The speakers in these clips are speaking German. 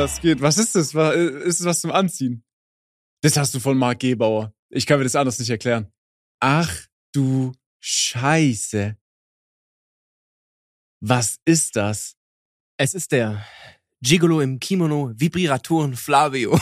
Was geht? Was ist das? Ist es was zum Anziehen? Das hast du von Marc Gebauer. Ich kann mir das anders nicht erklären. Ach du Scheiße. Was ist das? Es ist der Gigolo im Kimono Vibratoren Flavio.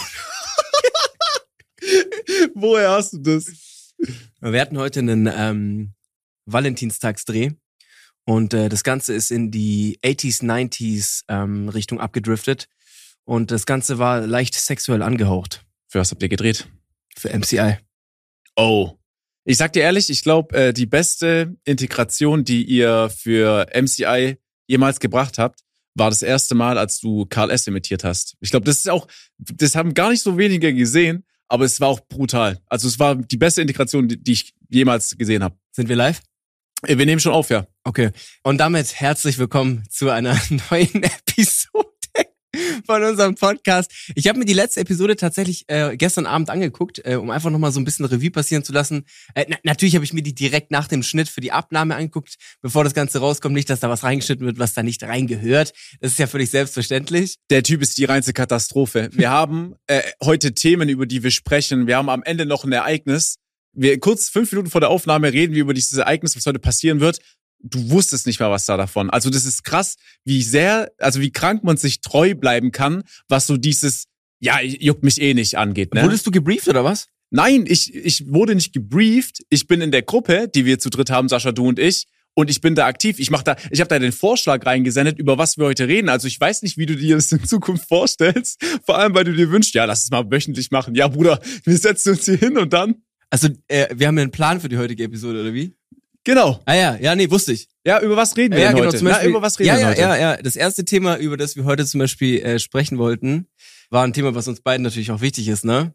Woher hast du das? Wir hatten heute einen Valentinstagsdreh und das Ganze ist in die 80s, 90s Richtung abgedriftet und das Ganze war leicht sexuell angehaucht. Für was habt ihr gedreht? Für MCI. Oh. Ich sag dir ehrlich, ich glaube, die beste Integration, die ihr für MCI jemals gebracht habt, war das erste Mal, als du Karl S. imitiert hast. Ich glaube, das haben gar nicht so wenige gesehen, aber es war auch brutal. Also es war die beste Integration, die ich jemals gesehen habe. Sind wir live? Wir nehmen schon auf, ja. Okay. Und damit herzlich willkommen zu einer neuen Episode von unserem Podcast. Ich habe mir die letzte Episode tatsächlich gestern Abend angeguckt, um einfach nochmal so ein bisschen Revue passieren zu lassen. Natürlich habe ich mir die direkt nach dem Schnitt für die Abnahme angeguckt, bevor das Ganze rauskommt. Nicht, dass da was reingeschnitten wird, was da nicht reingehört. Das ist ja völlig selbstverständlich. Der Typ ist die reinste Katastrophe. Wir haben heute Themen, über die wir sprechen. Wir haben am Ende noch ein Ereignis. Kurz 5 Minuten vor der Aufnahme reden wir über dieses Ereignis, was heute passieren wird. Du wusstest nicht mal was da davon. Also das ist krass, wie krank man sich treu bleiben kann, was so dieses, ja, juckt mich eh nicht angeht. Ne? Wurdest du gebrieft oder was? Nein, ich wurde nicht gebrieft. Ich bin in der Gruppe, die wir zu dritt haben, Sascha, du und ich bin da aktiv. Ich habe da den Vorschlag reingesendet, über was wir heute reden. Also ich weiß nicht, wie du dir das in Zukunft vorstellst. Vor allem, weil du dir wünschst, ja, lass es mal wöchentlich machen. Ja, Bruder, wir setzen uns hier hin und dann. Also, wir haben ja einen Plan für die heutige Episode, oder wie? Genau. Nee, wusste ich. Ja, über was reden wir denn heute? Zum Beispiel, über was reden wir heute? Ja. Das erste Thema, über das wir heute zum Beispiel sprechen wollten, war ein Thema, was uns beiden natürlich auch wichtig ist, ne?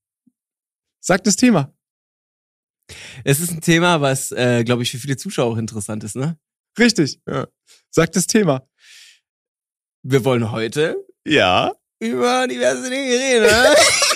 Sag das Thema. Es ist ein Thema, was, glaube ich, für viele Zuschauer auch interessant ist, ne? Richtig. Ja. Sag das Thema. Wir wollen heute Ja. über diverse Dinge reden, ne?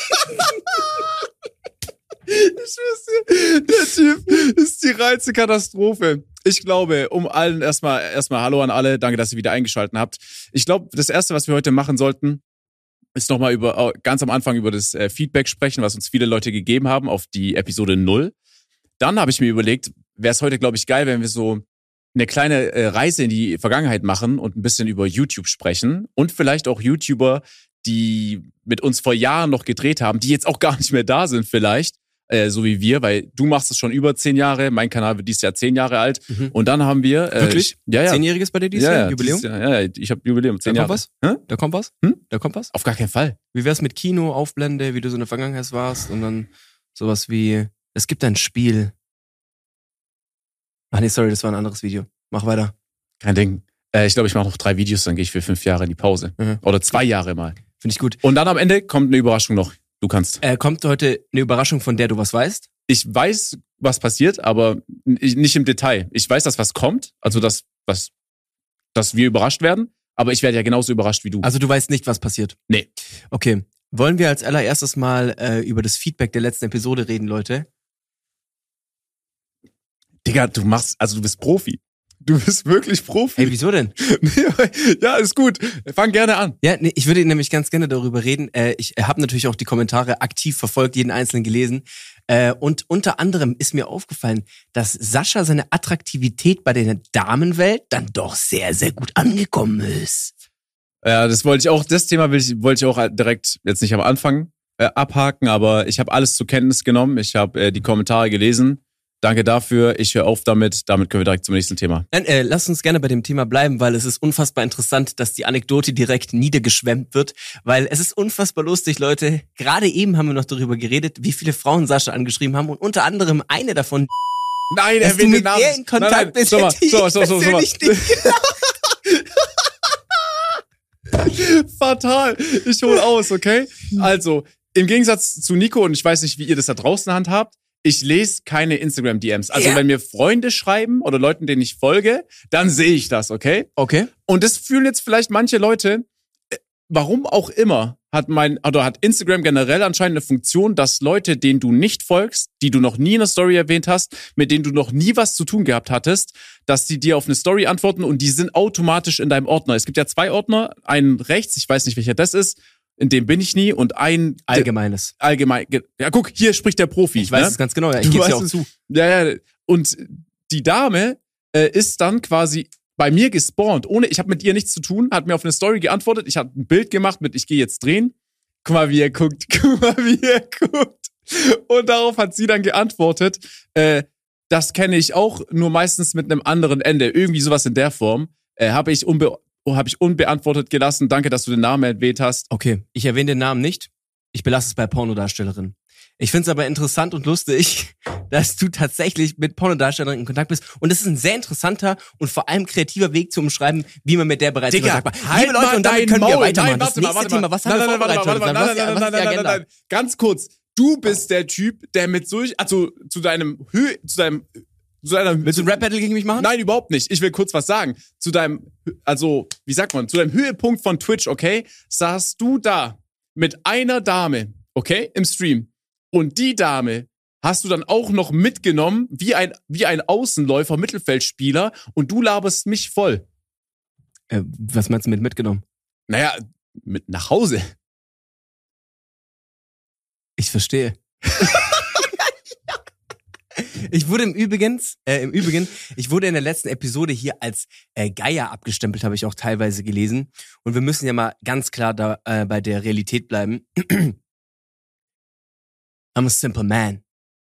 Ich schwör's dir, der Typ ist die reinste Katastrophe. Ich glaube, allen erstmal Hallo an alle, danke, dass ihr wieder eingeschaltet habt. Ich glaube, das Erste, was wir heute machen sollten, ist nochmal ganz am Anfang über das Feedback sprechen, was uns viele Leute gegeben haben auf die Episode 0. Dann habe ich mir überlegt, wäre es heute, glaube ich, geil, wenn wir so eine kleine Reise in die Vergangenheit machen und ein bisschen über YouTube sprechen und vielleicht auch YouTuber, die mit uns vor Jahren noch gedreht haben, die jetzt auch gar nicht mehr da sind vielleicht. So wie wir, weil du machst es schon über 10 Jahre, mein Kanal wird dieses Jahr 10 Jahre alt. Und dann haben wir... Wirklich? Ja. 10-jähriges bei dir dieses Jahr? Jubiläum? Ja, ich habe Jubiläum, 10 Jahre. Da kommt was? Da kommt was? Auf gar keinen Fall. Wie wär's mit Kino, Aufblende, wie du so in der Vergangenheit warst und dann sowas wie, es gibt ein Spiel. Ach nee, sorry, das war ein anderes Video. Mach weiter. Kein Ding. Ich glaube, ich mache noch 3 Videos, dann gehe ich für 5 Jahre in die Pause. Oder 2 Jahre mal. Finde ich gut. Und dann am Ende kommt eine Überraschung noch. Du kannst. Kommt heute eine Überraschung, von der du was weißt? Ich weiß, was passiert, aber nicht im Detail. Ich weiß, dass was kommt, also dass wir überrascht werden, aber ich werde ja genauso überrascht wie du. Also du weißt nicht, was passiert? Nee. Okay. Wollen wir als allererstes mal über das Feedback der letzten Episode reden, Leute? Digga, du bist Profi. Du bist wirklich Profi. Hey, wieso denn? Ja, ist gut. Fang gerne an. Ja, nee, ich würde nämlich ganz gerne darüber reden. Ich habe natürlich auch die Kommentare aktiv verfolgt, jeden einzelnen gelesen. Und unter anderem ist mir aufgefallen, dass Sascha seine Attraktivität bei der Damenwelt dann doch sehr, sehr gut angekommen ist. Ja, das Thema wollte ich auch direkt jetzt nicht am Anfang abhaken, aber ich habe alles zur Kenntnis genommen. Ich habe die Kommentare gelesen. Danke dafür. Ich höre auf damit. Damit können wir direkt zum nächsten Thema. Lass uns gerne bei dem Thema bleiben, weil es ist unfassbar interessant, dass die Anekdote direkt niedergeschwemmt wird. Weil es ist unfassbar lustig, Leute. Gerade eben haben wir noch darüber geredet, wie viele Frauen Sascha angeschrieben haben und unter anderem eine davon. Nein, dass du mit ihr in Kontakt bist. So. Fatal. Ich hole aus, okay? Also, im Gegensatz zu Nico, und ich weiß nicht, wie ihr das da draußen handhabt, ich lese keine Instagram-DMs. Also wenn mir Freunde schreiben oder Leuten, denen ich folge, dann sehe ich das, okay? Okay. Und das fühlen jetzt vielleicht manche Leute, warum auch immer, hat Instagram generell anscheinend eine Funktion, dass Leute, denen du nicht folgst, die du noch nie in einer Story erwähnt hast, mit denen du noch nie was zu tun gehabt hattest, dass die dir auf eine Story antworten und die sind automatisch in deinem Ordner. Es gibt ja 2 Ordner, einen rechts, ich weiß nicht, welcher das ist, in dem bin ich nie und ein Allgemeines. Allgemein. Ja, guck, hier spricht der Profi. Ich weiß es ganz genau, ja. Ich gebe es ja auch zu. Ja. Und die Dame ist dann quasi bei mir gespawnt, ich habe mit ihr nichts zu tun, hat mir auf eine Story geantwortet, ich habe ein Bild gemacht mit, ich gehe jetzt drehen. Guck mal, wie er guckt. Und darauf hat sie dann geantwortet, das kenne ich auch, nur meistens mit einem anderen Ende. Irgendwie sowas in der Form. Habe ich unbeantwortet gelassen. Danke, dass du den Namen erwähnt hast. Okay, ich erwähne den Namen nicht. Ich belasse es bei Pornodarstellerin. Ich finde es aber interessant und lustig, dass du tatsächlich mit Pornodarstellerinnen in Kontakt bist. Und es ist ein sehr interessanter und vor allem kreativer Weg zu umschreiben, wie man mit der bereits in Kontakt war. Halt Liebe Leute, und damit können wir weitermachen. Das nächste Thema, was haben wir vorbereitet? Nein. Ganz kurz. Du bist der Typ, der mit zu deiner Willst du ein Rap-Battle gegen mich machen? Nein, überhaupt nicht. Ich will kurz was sagen. Zu deinem Höhepunkt von Twitch, okay, saßt du da mit einer Dame, okay, im Stream. Und die Dame hast du dann auch noch mitgenommen, wie ein Außenläufer, Mittelfeldspieler, und du laberst mich voll. Was meinst du mit mitgenommen? Naja, mit nach Hause. Ich verstehe. Ich wurde im Übrigen, ich wurde in der letzten Episode hier als Geier abgestempelt, habe ich auch teilweise gelesen. Und wir müssen ja mal ganz klar da bei der Realität bleiben. I'm a simple man.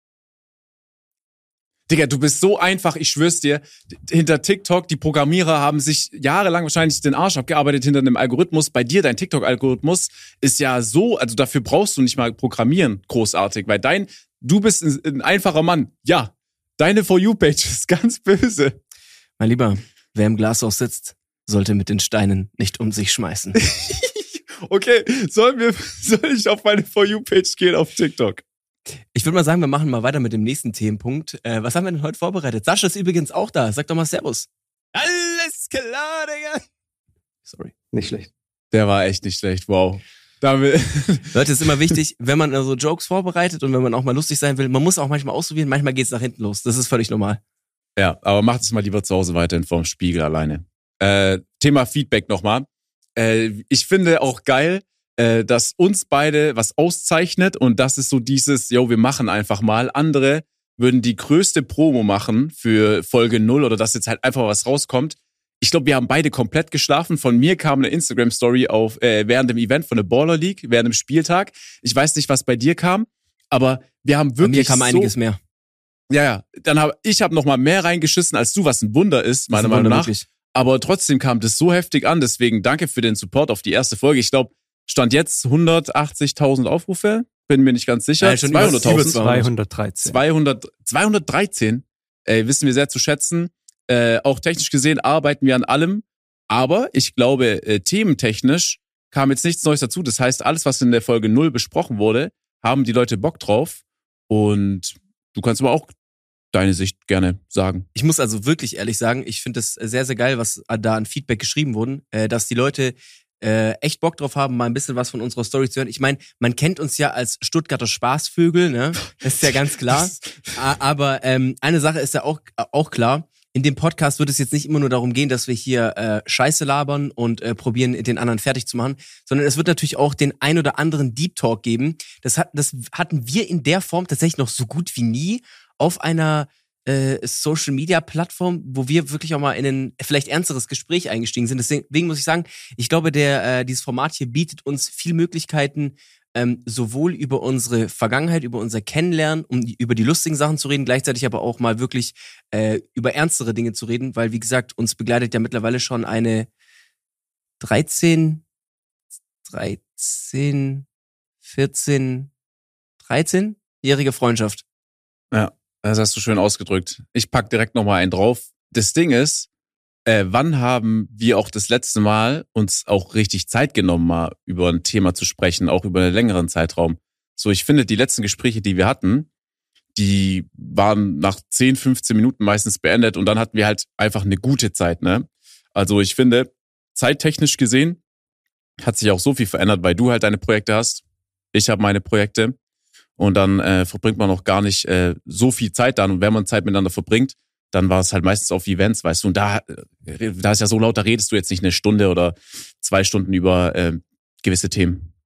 Digga, du bist so einfach, ich schwör's dir. Hinter TikTok, die Programmierer haben sich jahrelang wahrscheinlich den Arsch abgearbeitet hinter einem Algorithmus. Bei dir, dein TikTok-Algorithmus ist ja so, also dafür brauchst du nicht mal programmieren großartig, weil du bist ein einfacher Mann. Ja, deine For You-Page ist ganz böse. Mein Lieber, wer im Glashaus sitzt, sollte mit den Steinen nicht um sich schmeißen. Okay, soll ich auf meine For You-Page gehen auf TikTok? Ich würde mal sagen, wir machen mal weiter mit dem nächsten Themenpunkt. Was haben wir denn heute vorbereitet? Sascha ist übrigens auch da. Sag doch mal Servus. Alles klar, Digga. Sorry. Nicht schlecht. Der war echt nicht schlecht, wow. Leute, es ist immer wichtig, wenn man so Jokes vorbereitet und wenn man auch mal lustig sein will, man muss auch manchmal ausprobieren, manchmal geht's nach hinten los. Das ist völlig normal. Ja, aber macht es mal lieber zu Hause weiterhin vorm Spiegel alleine. Thema Feedback nochmal. Ich finde auch geil, dass uns beide was auszeichnet und das ist so dieses, wir machen einfach mal. Andere würden die größte Promo machen für Folge 0 oder dass jetzt halt einfach was rauskommt. Ich glaube, wir haben beide komplett geschlafen. Von mir kam eine Instagram-Story auf während dem Event von der Baller League, während dem Spieltag. Ich weiß nicht, was bei dir kam, aber wir haben wirklich bei mir kam einiges mehr. Ja. Ich habe noch mal mehr reingeschissen als du, was ein Wunder ist, meiner Meinung nach. Wirklich. Aber trotzdem kam das so heftig an. Deswegen danke für den Support auf die erste Folge. Ich glaube, Stand jetzt 180.000 Aufrufe. Bin mir nicht ganz sicher. 200.000. 213. 213. Wissen wir sehr zu schätzen. Auch technisch gesehen arbeiten wir an allem. Aber ich glaube, thementechnisch kam jetzt nichts Neues dazu. Das heißt, alles, was in der Folge 0 besprochen wurde, haben die Leute Bock drauf. Und du kannst aber auch deine Sicht gerne sagen. Ich muss also wirklich ehrlich sagen, ich finde es sehr, sehr geil, was da an Feedback geschrieben wurden, dass die Leute echt Bock drauf haben, mal ein bisschen was von unserer Story zu hören. Ich meine, man kennt uns ja als Stuttgarter Spaßvögel, ne? Das ist ja ganz klar. Aber eine Sache ist ja auch klar. In dem Podcast wird es jetzt nicht immer nur darum gehen, dass wir hier Scheiße labern und probieren, den anderen fertig zu machen, sondern es wird natürlich auch den ein oder anderen Deep Talk geben. Das hatten wir in der Form tatsächlich noch so gut wie nie auf einer Social-Media-Plattform, wo wir wirklich auch mal in ein vielleicht ernsteres Gespräch eingestiegen sind. Deswegen muss ich sagen, ich glaube, dieses Format hier bietet uns viel Möglichkeiten, sowohl über unsere Vergangenheit, über unser Kennenlernen, über die lustigen Sachen zu reden, gleichzeitig aber auch mal wirklich über ernstere Dinge zu reden, weil, wie gesagt, uns begleitet ja mittlerweile schon eine 13-jährige Freundschaft. Ja. Das hast du schön ausgedrückt. Ich pack direkt nochmal einen drauf. Das Ding ist, wann haben wir auch das letzte Mal uns auch richtig Zeit genommen, mal über ein Thema zu sprechen, auch über einen längeren Zeitraum? So, ich finde, die letzten Gespräche, die wir hatten, die waren nach 10, 15 Minuten meistens beendet und dann hatten wir halt einfach eine gute Zeit, ne? Also ich finde, zeittechnisch gesehen hat sich auch so viel verändert, weil du halt deine Projekte hast, ich habe meine Projekte. Und dann verbringt man noch gar nicht so viel Zeit dann. Und wenn man Zeit miteinander verbringt, dann war es halt meistens auf Events, weißt du. Und da ist ja so laut, da redest du jetzt nicht eine Stunde oder 2 Stunden über gewisse Themen.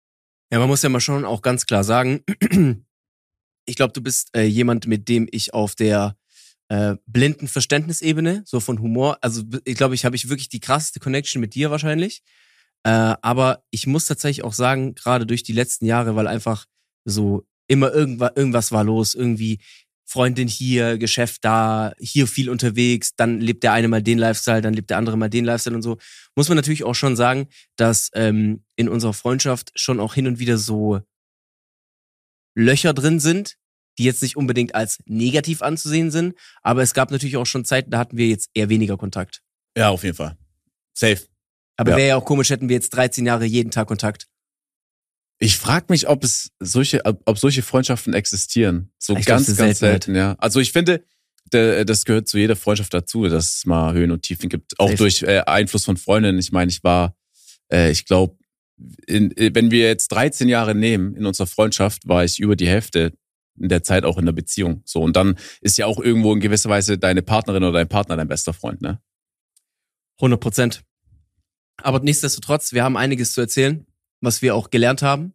Ja, man muss ja mal schon auch ganz klar sagen, ich glaube, du bist jemand, mit dem ich auf der blinden Verständnisebene, so von Humor, also ich glaube, ich habe wirklich die krasseste Connection mit dir wahrscheinlich. Aber ich muss tatsächlich auch sagen, gerade durch die letzten Jahre, weil einfach so immer irgendwas war los, irgendwie Freundin hier, Geschäft da, hier viel unterwegs, dann lebt der eine mal den Lifestyle, dann lebt der andere mal den Lifestyle und so. Muss man natürlich auch schon sagen, dass in unserer Freundschaft schon auch hin und wieder so Löcher drin sind, die jetzt nicht unbedingt als negativ anzusehen sind, aber es gab natürlich auch schon Zeiten, da hatten wir jetzt eher weniger Kontakt. Ja, auf jeden Fall. Safe. Aber wäre ja auch komisch, hätten wir jetzt 13 Jahre jeden Tag Kontakt. Ich frage mich, ob solche Freundschaften existieren. So Ich ganz, glaub, ganz selten, ja. Also ich finde, das gehört zu jeder Freundschaft dazu, dass es mal Höhen und Tiefen gibt. Auch Safe. durch Einfluss von Freundinnen. Ich meine, ich glaube, wenn wir jetzt 13 Jahre nehmen in unserer Freundschaft, war ich über die Hälfte in der Zeit auch in der Beziehung. So, und dann ist ja auch irgendwo in gewisser Weise deine Partnerin oder dein Partner dein bester Freund, ne? 100%. Aber nichtsdestotrotz, wir haben einiges zu erzählen, was wir auch gelernt haben.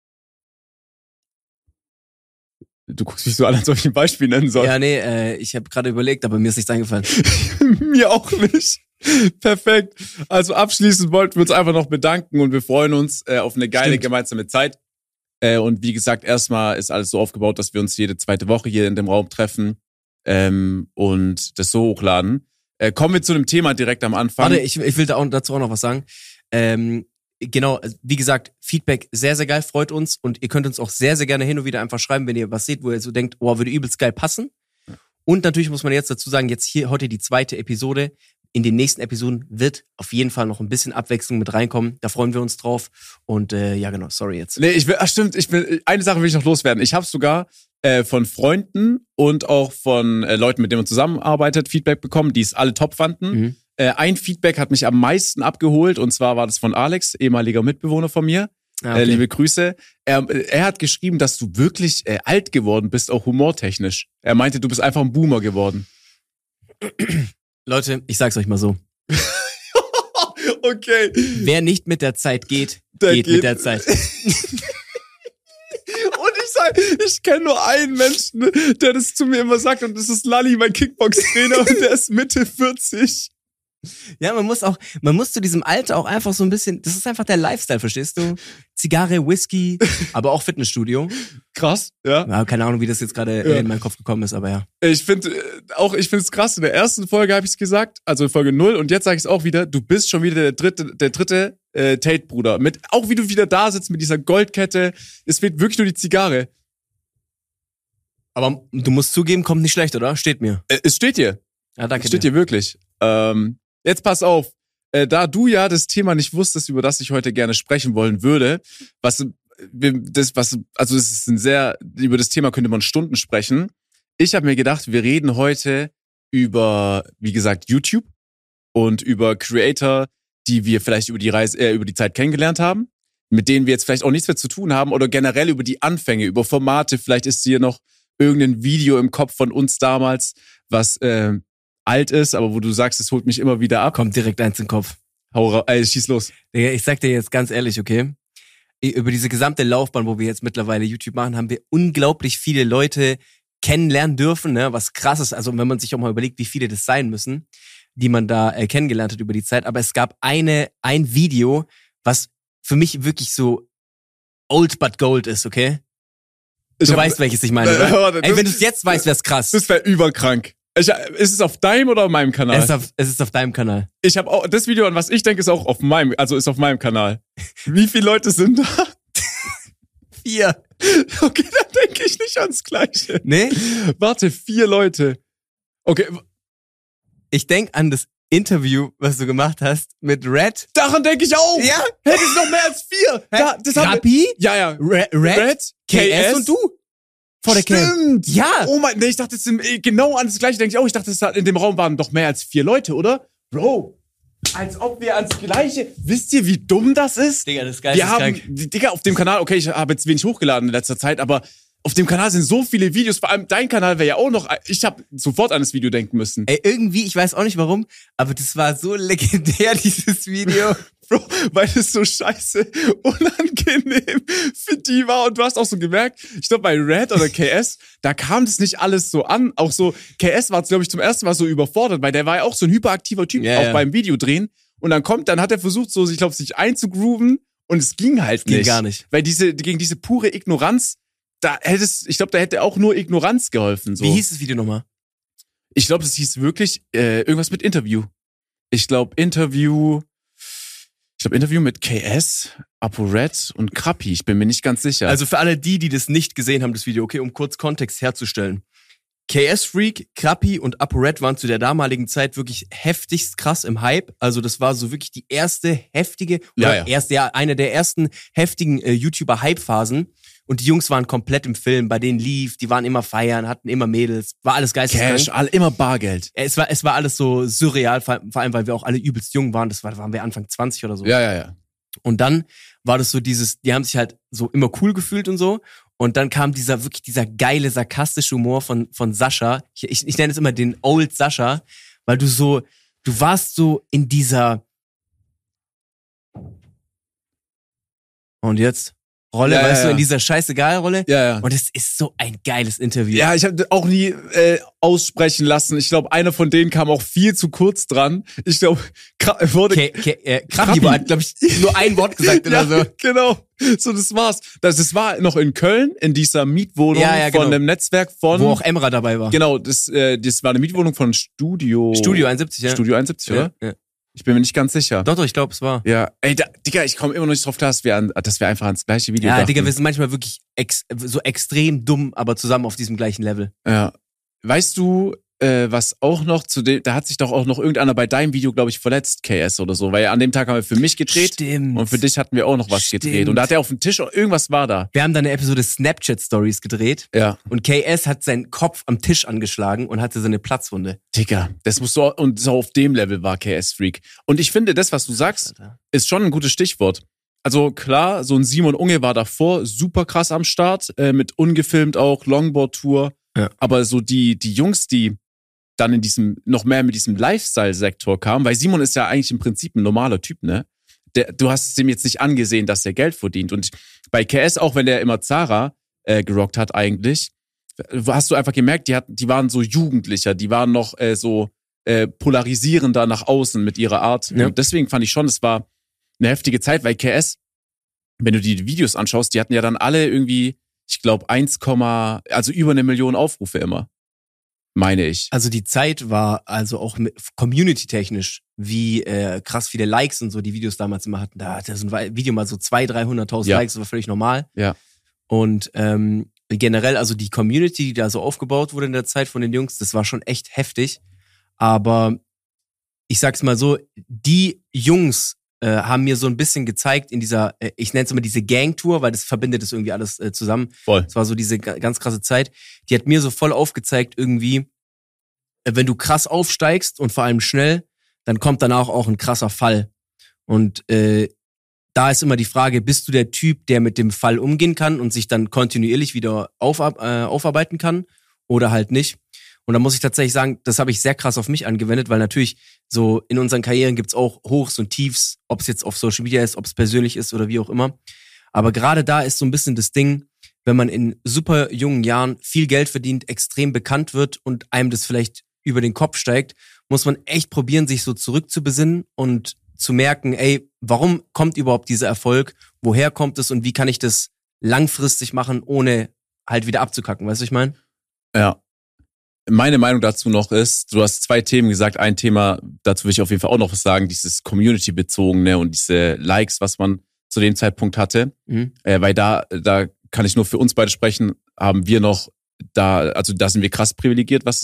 Du guckst mich so an, als ob ich ein Beispiel nennen soll. Ja, nee, ich habe gerade überlegt, aber mir ist nichts eingefallen. Mir auch nicht. Perfekt. Also abschließend wollten wir uns einfach noch bedanken und wir freuen uns auf eine geile gemeinsame Zeit. Und wie gesagt, erstmal ist alles so aufgebaut, dass wir uns jede zweite Woche hier in dem Raum treffen und das so hochladen. Kommen wir zu dem Thema direkt am Anfang. Warte, ich will dazu auch noch was sagen. Genau, wie gesagt, Feedback sehr, sehr geil, freut uns und ihr könnt uns auch sehr, sehr gerne hin und wieder einfach schreiben, wenn ihr was seht, wo ihr so denkt, oh, würde übelst geil passen. Und natürlich muss man jetzt dazu sagen, jetzt hier heute die zweite Episode. In den nächsten Episoden wird auf jeden Fall noch ein bisschen Abwechslung mit reinkommen. Da freuen wir uns drauf. Und ja, genau, sorry jetzt. Nee, eine Sache will ich noch loswerden. Ich habe sogar von Freunden und auch von Leuten, mit denen man zusammenarbeitet, Feedback bekommen, die es alle top fanden. Ein Feedback hat mich am meisten abgeholt und zwar war das von Alex, ehemaliger Mitbewohner von mir. Okay. Liebe Grüße. Er hat geschrieben, dass du wirklich alt geworden bist, auch humortechnisch. Er meinte, du bist einfach ein Boomer geworden. Leute, ich sag's euch mal so. Okay. Wer nicht mit der Zeit geht mit der Zeit. Und ich kenne nur einen Menschen, der das zu mir immer sagt und das ist Lalli, mein Kickbox-Trainer und der ist Mitte 40. Ja, man muss zu diesem Alter auch einfach so ein bisschen, das ist einfach der Lifestyle, verstehst du? Zigarre, Whisky, aber auch Fitnessstudio. Krass, ja. Ja, keine Ahnung, wie das jetzt gerade in meinen Kopf gekommen ist, aber ja. Ich finde es krass, in der ersten Folge habe ich es gesagt, also Folge 0 und jetzt sage ich es auch wieder, du bist schon wieder der dritte Tate-Bruder. Auch wie du wieder da sitzt mit dieser Goldkette, es fehlt wirklich nur die Zigarre. Aber du musst zugeben, kommt nicht schlecht, oder? Steht mir. Es steht dir. Ja, danke Es steht dir wirklich. Jetzt pass auf, da du ja das Thema nicht wusstest, über das ich heute gerne sprechen wollen würde, über das Thema könnte man Stunden sprechen. Ich habe mir gedacht, wir reden heute über, wie gesagt, YouTube und über Creator, die wir vielleicht über die Zeit kennengelernt haben, mit denen wir jetzt vielleicht auch nichts mehr zu tun haben oder generell über die Anfänge, über Formate. Vielleicht ist hier noch irgendein Video im Kopf von uns damals, was alt ist, aber wo du sagst, es holt mich immer wieder ab. Kommt direkt eins in den Kopf. Schieß los. Digga, ich sag dir jetzt ganz ehrlich, okay? Über diese gesamte Laufbahn, wo wir jetzt mittlerweile YouTube machen, haben wir unglaublich viele Leute kennenlernen dürfen, ne? Was krass ist, also wenn man sich auch mal überlegt, wie viele das sein müssen, die man da kennengelernt hat über die Zeit. Aber es gab ein Video, was für mich wirklich so old but gold ist, okay? Du weißt, welches ich meine, oder? Ey, wenn du es jetzt weißt, wär's krass. Das wäre überkrank. Ist es auf deinem oder auf meinem Kanal? Es ist auf deinem Kanal. Ich habe auch das Video, an was ich denke, ist auf meinem Kanal. Wie viele Leute sind da? 4. Okay, dann denke ich nicht ans Gleiche. Nee? Warte, 4 Leute. Okay. Ich denk an das Interview, was du gemacht hast mit Red. Daran denke ich auch. Ja? Hey, das ist noch mehr als 4. Rappi? Ja. Red, KS und du. Vor der Cam. Stimmt. Ja. Oh mein, nee, ich dachte, genau an das Gleiche denke ich auch. Ich dachte, in dem Raum waren doch mehr als 4 Leute, oder? Bro, als ob wir ans Gleiche... Wisst ihr, wie dumm das ist? Digga, das Geist ist krank. Digga, auf dem Kanal, okay, ich habe jetzt wenig hochgeladen in letzter Zeit, aber auf dem Kanal sind so viele Videos, vor allem dein Kanal wäre ja auch noch... Ich habe sofort an das Video denken müssen. Ey, irgendwie, ich weiß auch nicht warum, aber das war so legendär, dieses Video. Bro, weil es so scheiße unangenehm für die war. Und du hast auch so gemerkt, ich glaube bei Red oder KS, da kam das nicht alles so an. Auch so, KS war, glaube ich, zum ersten Mal so überfordert, weil der war ja auch so ein hyperaktiver Typ, auch beim Videodrehen. Und dann hat er versucht, so, ich glaube, sich einzugrooven und es ging halt nicht. Ging gar nicht. Weil gegen diese pure Ignoranz, da hätte auch nur Ignoranz geholfen. So. Wie hieß das Video nochmal? Ich glaube, es hieß wirklich irgendwas mit Interview. Ich glaube, Interview mit KS, ApoRed und Krappi. Ich bin mir nicht ganz sicher. Also für alle die das nicht gesehen haben, das Video, okay, um kurz Kontext herzustellen. KS Freak, Krappi und ApoRed waren zu der damaligen Zeit wirklich heftigst krass im Hype. Also das war so wirklich die erste heftige, eine der ersten heftigen YouTuber-Hype-Phasen. Und die Jungs waren komplett im Film, bei denen lief, die waren immer feiern, hatten immer Mädels, war alles geisteskrank. Cash, immer Bargeld. Es war alles so surreal, vor allem, weil wir auch alle übelst jung waren. Waren wir Anfang 20 oder so. Ja. Und dann war das so die haben sich halt so immer cool gefühlt und so. Und dann kam dieser geile, sarkastische Humor von Sascha. Ich nenne es immer den Old Sascha, weil du warst so in dieser und jetzt Rolle, weißt du, in dieser Scheißegal-Rolle. Ja. Und es ist so ein geiles Interview. Ja, ich habe auch nie aussprechen lassen. Ich glaube, einer von denen kam auch viel zu kurz dran. Ich glaube, Krappi hat, glaube ich, nur ein Wort gesagt oder so. Genau. So, das war's. Das war noch in Köln, in dieser Mietwohnung von einem Netzwerk von... Wo auch Emra dabei war. Genau, das war eine Mietwohnung von Studio 71, ja. Studio 71, oder? Ja. Ich bin mir nicht ganz sicher. Doch, ich glaube, es war. Ja, Digga, ich komme immer noch nicht drauf klar, dass wir einfach ans gleiche Video dachten. dachten. Digga, wir sind manchmal wirklich so extrem dumm, aber zusammen auf diesem gleichen Level. Ja. Weißt du, was auch noch da hat sich doch auch noch irgendeiner bei deinem Video, glaube ich, verletzt, KS oder so, weil an dem Tag haben wir für mich gedreht. Stimmt. Und für dich hatten wir auch noch was gedreht. Und da hat er auf dem Tisch, irgendwas war da. Wir haben da eine Episode Snapchat-Stories gedreht. Ja. Und KS hat seinen Kopf am Tisch angeschlagen und hatte seine Platzwunde. Digga, das muss so, und so auf dem Level war KS-Freak. Und ich finde, das, was du sagst, ist schon ein gutes Stichwort. Also klar, so ein Simon Unge war davor super krass am Start, mit ungefilmt auch, Longboard-Tour. Ja. Aber so die Jungs, die dann noch mehr mit diesem Lifestyle-Sektor kamen, weil Simon ist ja eigentlich im Prinzip ein normaler Typ, ne? Du hast es ihm jetzt nicht angesehen, dass er Geld verdient. Und bei KS, auch wenn der immer Zara gerockt hat eigentlich, hast du einfach gemerkt, die waren so Jugendlicher, die waren noch so polarisierender nach außen mit ihrer Art. Ja. Und deswegen fand ich schon, es war eine heftige Zeit, weil KS, wenn du die Videos anschaust, die hatten ja dann alle irgendwie, ich glaube, also über 1 Million Aufrufe immer. Meine ich. Also die Zeit war also auch community-technisch, wie krass viele Likes und so die Videos damals immer hatten. Da hatte so ein Video mal so 200.000-300.000 Likes, das war völlig normal. Ja. Und generell, also die Community, die da so aufgebaut wurde in der Zeit von den Jungs, das war schon echt heftig. Aber ich sag's mal so, die Jungs haben mir so ein bisschen gezeigt in dieser, ich nenne es immer diese Gang-Tour, weil das verbindet das irgendwie alles zusammen. Voll. Es war so diese ganz krasse Zeit. Die hat mir so voll aufgezeigt irgendwie, wenn du krass aufsteigst und vor allem schnell, dann kommt danach auch ein krasser Fall. Und da ist immer die Frage, bist du der Typ, der mit dem Fall umgehen kann und sich dann kontinuierlich wieder aufarbeiten kann oder halt nicht? Und da muss ich tatsächlich sagen, das habe ich sehr krass auf mich angewendet, weil natürlich so in unseren Karrieren gibt's auch Hochs und Tiefs, ob es jetzt auf Social Media ist, ob es persönlich ist oder wie auch immer. Aber gerade da ist so ein bisschen das Ding, wenn man in super jungen Jahren viel Geld verdient, extrem bekannt wird und einem das vielleicht über den Kopf steigt, muss man echt probieren, sich so zurückzubesinnen und zu merken, ey, warum kommt überhaupt dieser Erfolg? Woher kommt es und wie kann ich das langfristig machen, ohne halt wieder abzukacken? Weißt du, ich meine? Ja. Meine Meinung dazu noch ist, du hast 2 Themen gesagt. Ein Thema, dazu will ich auf jeden Fall auch noch was sagen, dieses Community-bezogene und diese Likes, was man zu dem Zeitpunkt hatte. Mhm. Weil da kann ich nur für uns beide sprechen, haben wir noch da sind wir krass privilegiert, was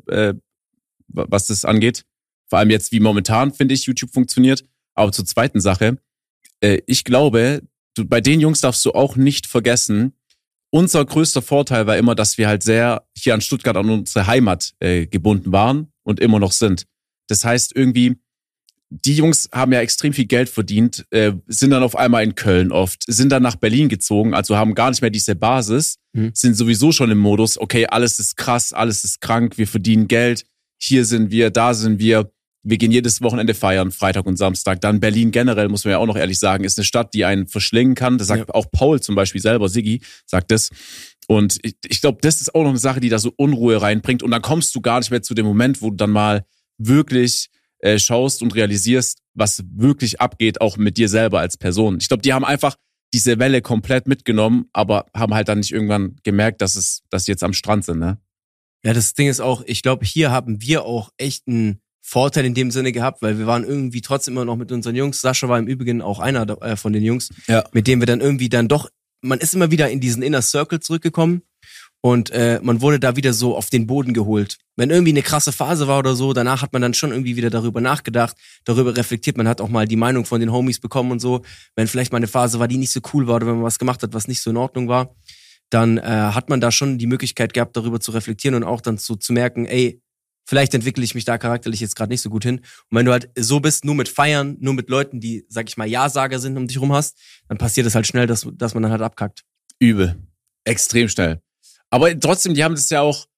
das angeht. Vor allem jetzt, wie momentan, finde ich, YouTube funktioniert. Aber zur zweiten Sache, ich glaube, bei den Jungs darfst du auch nicht vergessen, unser größter Vorteil war immer, dass wir halt sehr hier an Stuttgart, an unsere Heimat gebunden waren und immer noch sind. Das heißt irgendwie, die Jungs haben ja extrem viel Geld verdient, sind dann auf einmal in Köln oft, sind dann nach Berlin gezogen, also haben gar nicht mehr diese Basis, sind sowieso schon im Modus, okay, alles ist krass, alles ist krank, wir verdienen Geld, hier sind wir, da sind wir. wir gehen jedes Wochenende feiern, Freitag und Samstag. Dann Berlin generell, muss man ja auch noch ehrlich sagen, ist eine Stadt, die einen verschlingen kann. Das sagt auch Paul zum Beispiel selber, Siggi sagt das. Und ich glaube, das ist auch noch eine Sache, die da so Unruhe reinbringt. Und dann kommst du gar nicht mehr zu dem Moment, wo du dann mal wirklich schaust und realisierst, was wirklich abgeht, auch mit dir selber als Person. Ich glaube, die haben einfach diese Welle komplett mitgenommen, aber haben halt dann nicht irgendwann gemerkt, dass sie jetzt am Strand sind, ne? Ja, das Ding ist auch, ich glaube, hier haben wir auch echt einen Vorteil in dem Sinne gehabt, weil wir waren irgendwie trotzdem immer noch mit unseren Jungs. Sascha war im Übrigen auch einer von den Jungs, mit dem wir dann irgendwie dann doch, man ist immer wieder in diesen Inner Circle zurückgekommen und man wurde da wieder so auf den Boden geholt. Wenn irgendwie eine krasse Phase war oder so, danach hat man dann schon irgendwie wieder darüber nachgedacht, darüber reflektiert. Man hat auch mal die Meinung von den Homies bekommen und so. Wenn vielleicht mal eine Phase war, die nicht so cool war oder wenn man was gemacht hat, was nicht so in Ordnung war, dann hat man da schon die Möglichkeit gehabt, darüber zu reflektieren und auch dann zu merken, ey, vielleicht entwickle ich mich da charakterlich jetzt gerade nicht so gut hin. Und wenn du halt so bist, nur mit Feiern, nur mit Leuten, die, sag ich mal, Ja-Sager sind, um dich rum hast, dann passiert es halt schnell, dass man dann halt abkackt. Übel. Extrem schnell. Aber trotzdem, die haben das ja auch,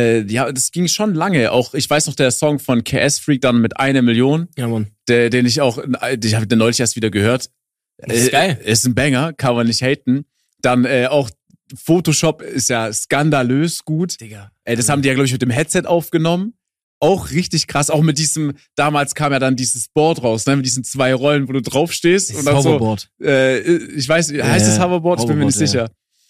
das ging schon lange. Auch, ich weiß noch, der Song von KS Freak dann mit 1 Million. Ja, Mann. Den ich habe den neulich erst wieder gehört. Das ist geil. Ist ein Banger, kann man nicht haten. Dann auch Photoshop ist ja skandalös gut. Digga. Das haben die ja, glaube ich, mit dem Headset aufgenommen. Auch richtig krass. Auch mit diesem, damals kam ja dann dieses Board raus, ne, mit diesen 2 Rollen, wo du draufstehst. Und dann Hoverboard. So, ich weiß, heißt es Hoverboard? Ich bin mir nicht sicher.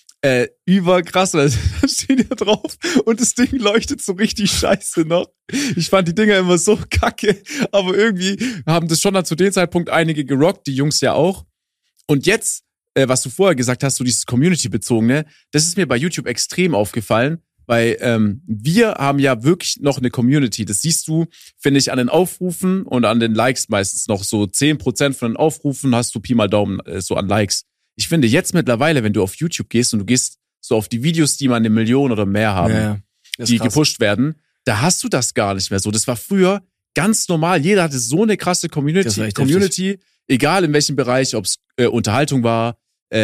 Überkrass, weil da stehen ja drauf und das Ding leuchtet so richtig scheiße noch. Ich fand die Dinger immer so kacke, aber irgendwie haben das schon dann zu dem Zeitpunkt einige gerockt, die Jungs ja auch. Und jetzt, was du vorher gesagt hast, so dieses Community-bezogene, das ist mir bei YouTube extrem aufgefallen, weil wir haben ja wirklich noch eine Community. Das siehst du, finde ich, an den Aufrufen und an den Likes meistens noch. So 10% von den Aufrufen hast du Pi mal Daumen so an Likes. Ich finde jetzt mittlerweile, wenn du auf YouTube gehst und du gehst so auf die Videos, die mal 1 Million oder mehr haben, die krass gepusht werden, da hast du das gar nicht mehr so. Das war früher ganz normal. Jeder hatte so eine krasse Community, egal in welchem Bereich, ob es Unterhaltung war,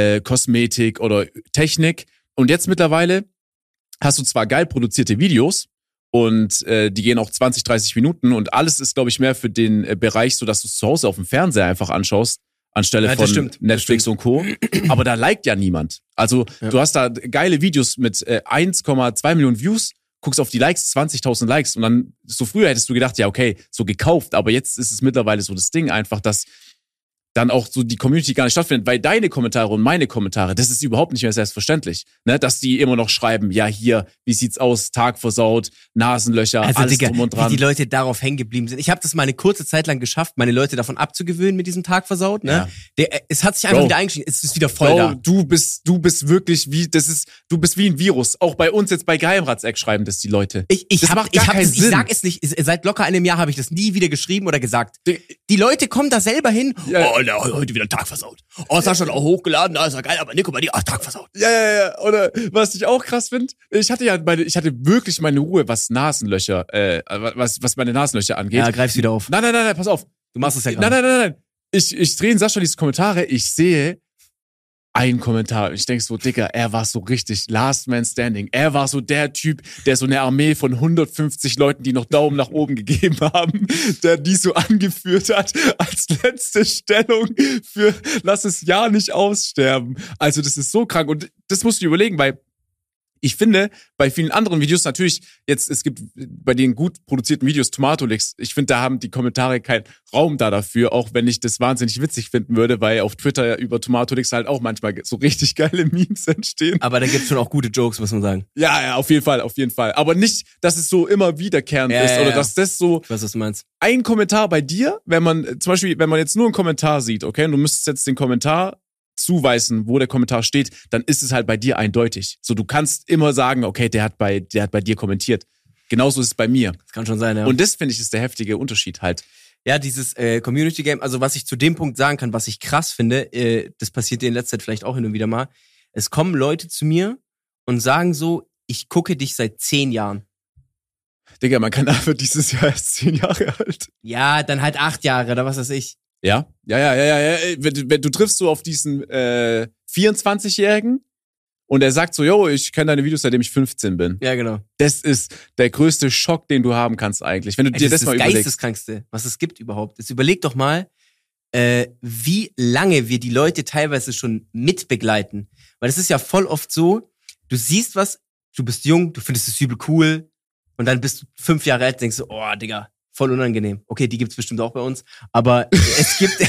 Kosmetik oder Technik. Und jetzt mittlerweile hast du zwar geil produzierte Videos und die gehen auch 20, 30 Minuten und alles ist, glaube ich, mehr für den Bereich, so dass du es zu Hause auf dem Fernseher einfach anschaust, anstelle von Netflix und Co. Aber da liked ja niemand. Also du hast da geile Videos mit 1,2 Millionen Views, guckst auf die Likes, 20.000 Likes und dann, so früher hättest du gedacht, ja okay, so gekauft, aber jetzt ist es mittlerweile so das Ding einfach, dass dann auch so die Community gar nicht stattfindet, weil deine Kommentare und meine Kommentare, das ist überhaupt nicht mehr selbstverständlich, ne, dass die immer noch schreiben, ja hier, wie sieht's aus, Tag versaut, Nasenlöcher, also, alles Digga, drum und dran. Wie die Leute darauf hängen geblieben sind. Ich habe das mal eine kurze Zeit lang geschafft, meine Leute davon abzugewöhnen mit diesem Tag versaut, ne? Ja. Es hat sich einfach wieder eingeschrieben, es ist wieder voll da. Du bist wirklich wie, du bist wie ein Virus. Auch bei uns jetzt bei Geheimratseck schreiben das die Leute. Ich sag es nicht, seit locker einem Jahr habe ich das nie wieder geschrieben oder gesagt. Die Leute kommen da selber hin, heute wieder Tag versaut. Oh, Sascha hat auch hochgeladen, ist ja geil, aber Nico bei dir, Tag versaut. Ja. Oder was ich auch krass finde, ich hatte wirklich meine Ruhe, was Nasenlöcher, was meine Nasenlöcher angeht. Ja, greif's wieder auf. Nein, pass auf. Du machst es ja gerade. Nein. Ich drehe in Sascha diese Kommentare, ich sehe einen Kommentar. Ich denk so, Dicker, er war so richtig Last Man Standing. Er war so der Typ, der so eine Armee von 150 Leuten, die noch Daumen nach oben gegeben haben, der die so angeführt hat als letzte Stellung für lass es ja nicht aussterben. Also das ist so krank und das musst du dir überlegen, weil ich finde, bei vielen anderen Videos natürlich, es gibt bei den gut produzierten Videos Tomatolix, ich finde, da haben die Kommentare keinen Raum da dafür, auch wenn ich das wahnsinnig witzig finden würde, weil auf Twitter über Tomatolix halt auch manchmal so richtig geile Memes entstehen. Aber da gibt's schon auch gute Jokes, muss man sagen. Ja, auf jeden Fall. Aber nicht, dass es so immer wiederkehrend ist oder dass das so... Ich weiß, was du meinst. Ein Kommentar bei dir, wenn man jetzt nur einen Kommentar sieht, okay, und du müsstest jetzt den Kommentar zuweisen, wo der Kommentar steht, dann ist es halt bei dir eindeutig. So, du kannst immer sagen, okay, der hat bei dir kommentiert. Genauso ist es bei mir. Das kann schon sein, ja. Und das, finde ich, ist der heftige Unterschied halt. Ja, dieses Community Game, also was ich zu dem Punkt sagen kann, was ich krass finde, das passiert dir in letzter Zeit vielleicht auch hin und wieder mal, es kommen Leute zu mir und sagen so, ich gucke dich seit 10 Jahren. Digga, man kann einfach dieses Jahr erst 10 Jahre alt. Ja, dann halt 8 Jahre oder was weiß ich. Ja. Wenn du triffst so auf diesen 24-Jährigen und er sagt so, yo, ich kenne deine Videos, seitdem ich 15 bin. Ja, genau. Das ist der größte Schock, den du haben kannst eigentlich. Wenn du dir das mal überlegst. Das ist das Geisteskrankste, was es gibt überhaupt. Jetzt überleg doch mal, wie lange wir die Leute teilweise schon mitbegleiten. Weil es ist ja voll oft so, du siehst was, du bist jung, du findest es übel cool und dann bist du 5 Jahre alt und denkst so, oh, Digga, voll unangenehm. Okay, die gibt's bestimmt auch bei uns, aber es gibt...